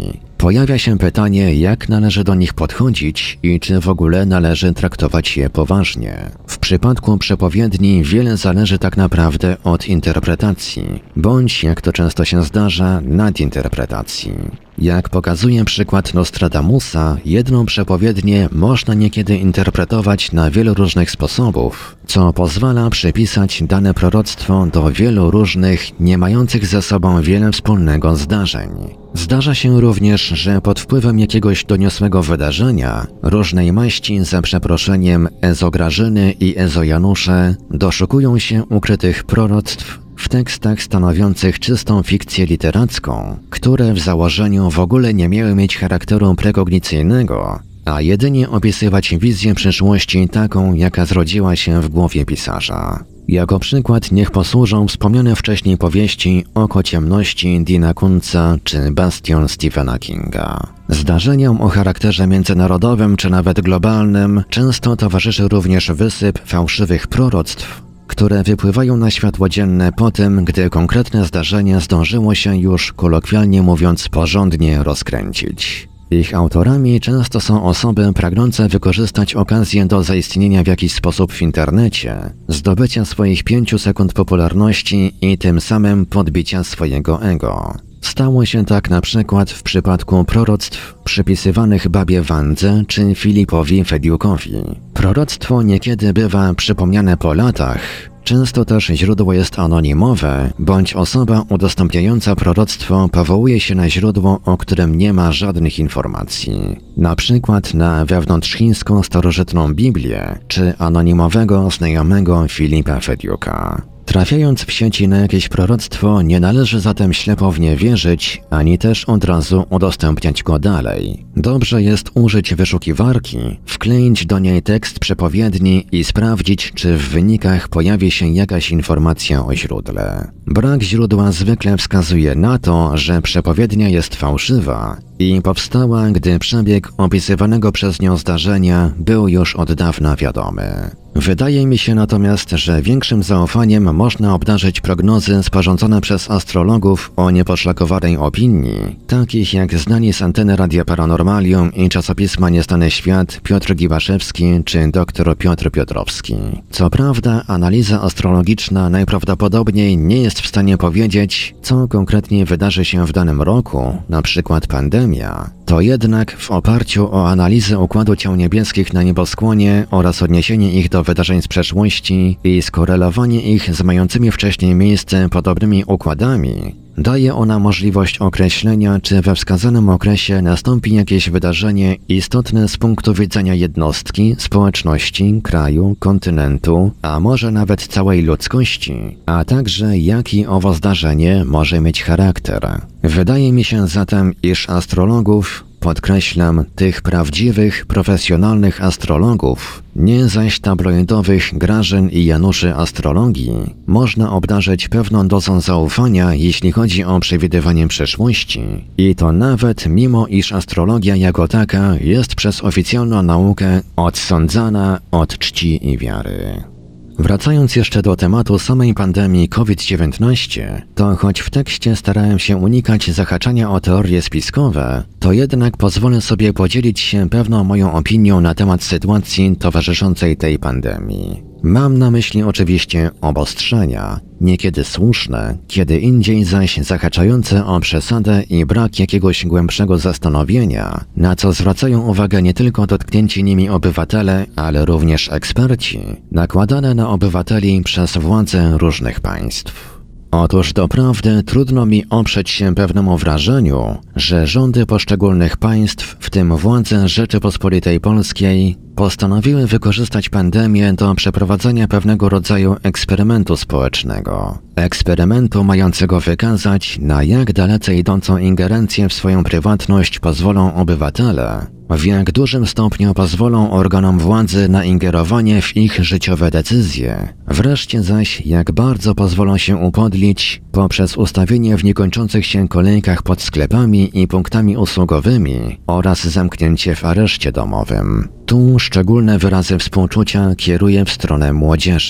Pojawia się pytanie, jak należy do nich podchodzić i czy w ogóle należy traktować je poważnie. W przypadku przepowiedni wiele zależy tak naprawdę od interpretacji, bądź, jak to często się zdarza, nadinterpretacji. Jak pokazuje przykład Nostradamusa, jedną przepowiednię można niekiedy interpretować na wielu różnych sposobów, co pozwala przypisać dane proroctwo do wielu różnych, nie mających ze sobą wiele wspólnego zdarzeń. Zdarza się również, że pod wpływem jakiegoś doniosłego wydarzenia, różnej maści za przeproszeniem Ezograżyny i Ezojanusze doszukują się ukrytych proroctw w tekstach stanowiących czystą fikcję literacką, które w założeniu w ogóle nie miały mieć charakteru prekognicyjnego, a jedynie opisywać wizję przyszłości taką, jaka zrodziła się w głowie pisarza. Jako przykład niech posłużą wspomniane wcześniej powieści Oko ciemności Deana Kuntza czy Bastion Stephena Kinga. Zdarzeniom o charakterze międzynarodowym czy nawet globalnym często towarzyszy również wysyp fałszywych proroctw, które wypływają na światło dzienne po tym, gdy konkretne zdarzenie zdążyło się już, kolokwialnie mówiąc, porządnie rozkręcić. Ich autorami często są osoby pragnące wykorzystać okazję do zaistnienia w jakiś sposób w internecie, zdobycia swoich pięciu sekund popularności i tym samym podbicia swojego ego. Stało się tak na przykład w przypadku proroctw przypisywanych babie Wandze czy Filipowi Fediukowi. Proroctwo niekiedy bywa przypomniane po latach, często też źródło jest anonimowe, bądź osoba udostępniająca proroctwo powołuje się na źródło, o którym nie ma żadnych informacji. Na przykład na wewnątrzchińską starożytną Biblię, czy anonimowego znajomego Filipa Fediuka. Trafiając w sieci na jakieś proroctwo, nie należy zatem ślepo w nie wierzyć, ani też od razu udostępniać go dalej. Dobrze jest użyć wyszukiwarki, wkleić do niej tekst przepowiedni i sprawdzić, czy w wynikach pojawi się jakaś informacja o źródle. Brak źródła zwykle wskazuje na to, że przepowiednia jest fałszywa i powstała, gdy przebieg opisywanego przez nią zdarzenia był już od dawna wiadomy. Wydaje mi się natomiast, że większym zaufaniem można obdarzyć prognozy sporządzone przez astrologów o nieposzlakowanej opinii, takich jak znani z anteny Radia Paranormalium i czasopisma Nieznany Świat Piotr Giwaszewski czy dr Piotr Piotrowski. Co prawda, analiza astrologiczna najprawdopodobniej nie jest w stanie powiedzieć, co konkretnie wydarzy się w danym roku, na przykład pandemia. To jednak w oparciu o analizę układu ciał niebieskich na nieboskłonie oraz odniesienie ich do wydarzeń z przeszłości i skorelowanie ich z mającymi wcześniej miejsce podobnymi układami, daje ona możliwość określenia, czy we wskazanym okresie nastąpi jakieś wydarzenie istotne z punktu widzenia jednostki, społeczności, kraju, kontynentu, a może nawet całej ludzkości, a także jaki owo zdarzenie może mieć charakter. Wydaje mi się zatem, iż astrologów, podkreślam, tych prawdziwych, profesjonalnych astrologów, nie zaś tabloidowych Grażyn i Januszy astrologii, można obdarzyć pewną dozą zaufania, jeśli chodzi o przewidywanie przyszłości. I to nawet mimo, iż astrologia jako taka jest przez oficjalną naukę odsądzana od czci i wiary. Wracając jeszcze do tematu samej pandemii COVID dziewiętnaście, to choć w tekście starałem się unikać zahaczania o teorie spiskowe, to jednak pozwolę sobie podzielić się pewną moją opinią na temat sytuacji towarzyszącej tej pandemii. Mam na myśli oczywiście obostrzenia, niekiedy słuszne, kiedy indziej zaś zahaczające o przesadę i brak jakiegoś głębszego zastanowienia, na co zwracają uwagę nie tylko dotknięci nimi obywatele, ale również eksperci, nakładane na obywateli przez władze różnych państw. Otóż doprawdy trudno mi oprzeć się pewnemu wrażeniu, że rządy poszczególnych państw, w tym władze Rzeczypospolitej Polskiej, postanowiły wykorzystać pandemię do przeprowadzenia pewnego rodzaju eksperymentu społecznego. Eksperymentu mającego wykazać, na jak dalece idącą ingerencję w swoją prywatność pozwolą obywatele, w jak dużym stopniu pozwolą organom władzy na ingerowanie w ich życiowe decyzje, wreszcie zaś jak bardzo pozwolą się upodlić poprzez ustawienie w niekończących się kolejkach pod sklepami i punktami usługowymi oraz zamknięcie w areszcie domowym. Tu szczególne wyrazy współczucia kieruję w stronę młodzieży.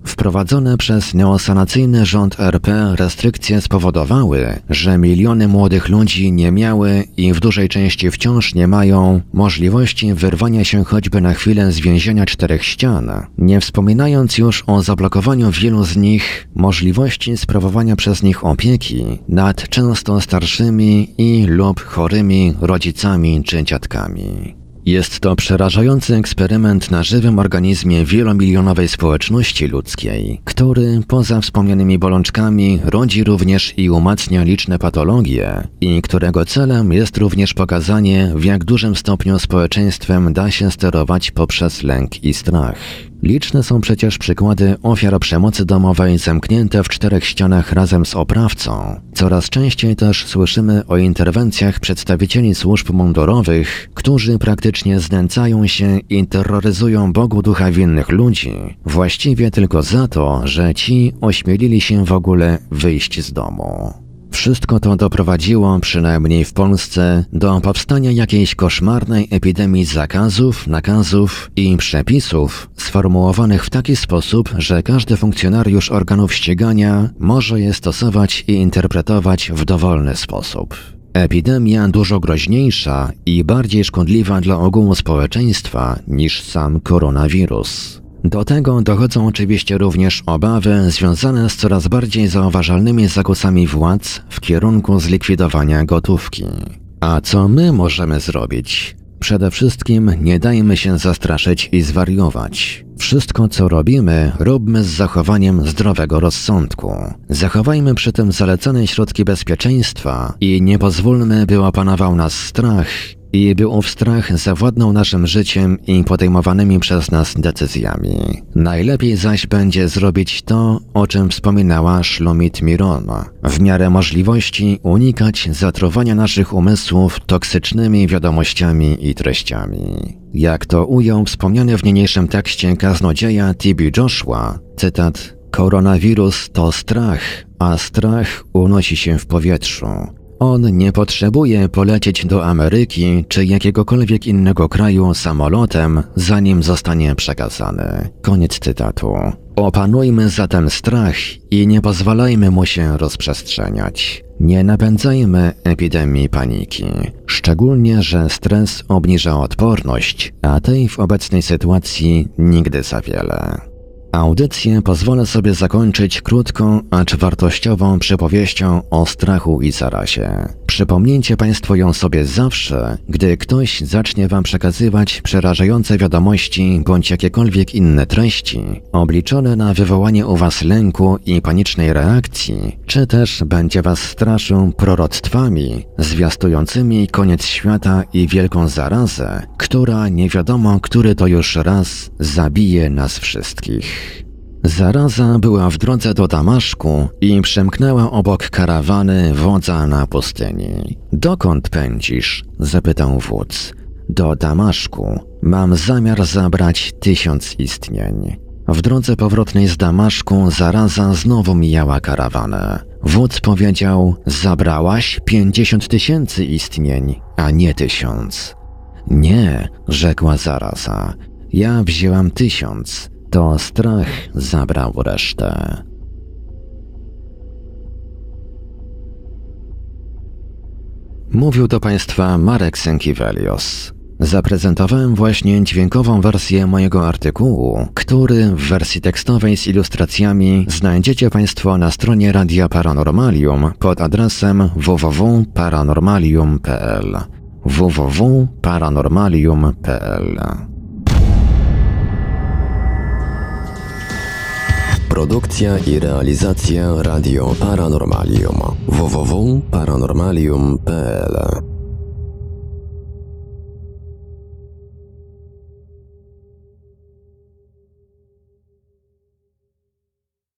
Wprowadzone przez neosanacyjny rząd R P restrykcje spowodowały, że miliony młodych ludzi nie miały i w dużej części wciąż nie mają możliwości wyrwania się choćby na chwilę z więzienia czterech ścian, nie wspominając już o zablokowaniu wielu z nich możliwości sprawowania przez nich opieki nad często starszymi i lub chorymi rodzicami czy dziadkami. Jest to przerażający eksperyment na żywym organizmie wielomilionowej społeczności ludzkiej, który poza wspomnianymi bolączkami rodzi również i umacnia liczne patologie i którego celem jest również pokazanie, w jak dużym stopniu społeczeństwem da się sterować poprzez lęk i strach. Liczne są przecież przykłady ofiar przemocy domowej zamknięte w czterech ścianach razem z oprawcą. Coraz częściej też słyszymy o interwencjach przedstawicieli służb mundurowych, którzy praktycznie znęcają się i terroryzują Bogu ducha winnych ludzi, właściwie tylko za to, że ci ośmielili się w ogóle wyjść z domu. Wszystko to doprowadziło, przynajmniej w Polsce, do powstania jakiejś koszmarnej epidemii zakazów, nakazów i przepisów sformułowanych w taki sposób, że każdy funkcjonariusz organów ścigania może je stosować i interpretować w dowolny sposób. Epidemia dużo groźniejsza i bardziej szkodliwa dla ogółu społeczeństwa niż sam koronawirus. Do tego dochodzą oczywiście również obawy związane z coraz bardziej zauważalnymi zakusami władz w kierunku zlikwidowania gotówki. A co my możemy zrobić? Przede wszystkim nie dajmy się zastraszyć i zwariować. Wszystko co robimy, róbmy z zachowaniem zdrowego rozsądku. Zachowajmy przy tym zalecane środki bezpieczeństwa i nie pozwólmy, by opanował nas strach i by ów strach zawładnął naszym życiem i podejmowanymi przez nas decyzjami. Najlepiej zaś będzie zrobić to, o czym wspominała Shlomit Miron. W miarę możliwości unikać zatruwania naszych umysłów toksycznymi wiadomościami i treściami. Jak to ujął wspomniany w niniejszym tekście kaznodzieja T B Joshua, cytat: koronawirus to strach, a strach unosi się w powietrzu. On nie potrzebuje polecieć do Ameryki czy jakiegokolwiek innego kraju samolotem, zanim zostanie przekazany. Koniec cytatu. Opanujmy zatem strach i nie pozwalajmy mu się rozprzestrzeniać. Nie napędzajmy epidemii paniki. Szczególnie, że stres obniża odporność, a tej w obecnej sytuacji nigdy za wiele. Audycję pozwolę sobie zakończyć krótką, acz wartościową przypowieścią o strachu i zarazie. Przypomnijcie Państwo ją sobie zawsze, gdy ktoś zacznie Wam przekazywać przerażające wiadomości bądź jakiekolwiek inne treści, obliczone na wywołanie u Was lęku i panicznej reakcji, czy też będzie Was straszył proroctwami zwiastującymi koniec świata i wielką zarazę, która nie wiadomo który to już raz zabije nas wszystkich. Zaraza była w drodze do Damaszku i przemknęła obok karawany wodza na pustyni. Dokąd pędzisz? Zapytał wódz. Do Damaszku. Mam zamiar zabrać tysiąc istnień. W drodze powrotnej z Damaszku zaraza znowu mijała karawanę. Wódz powiedział: zabrałaś pięćdziesiąt tysięcy istnień, a nie tysiąc. Nie, rzekła zaraza. Ja wzięłam tysiąc. To strach zabrał resztę. Mówił do Państwa Marek Sękiewelios. Zaprezentowałem właśnie dźwiękową wersję mojego artykułu, który w wersji tekstowej z ilustracjami znajdziecie Państwo na stronie Radia Paranormalium pod adresem w w w kropka paranormalium kropka p l w w w kropka paranormalium kropka p l. Produkcja i realizacja Radio Paranormalium w w w kropka paranormalium kropka p l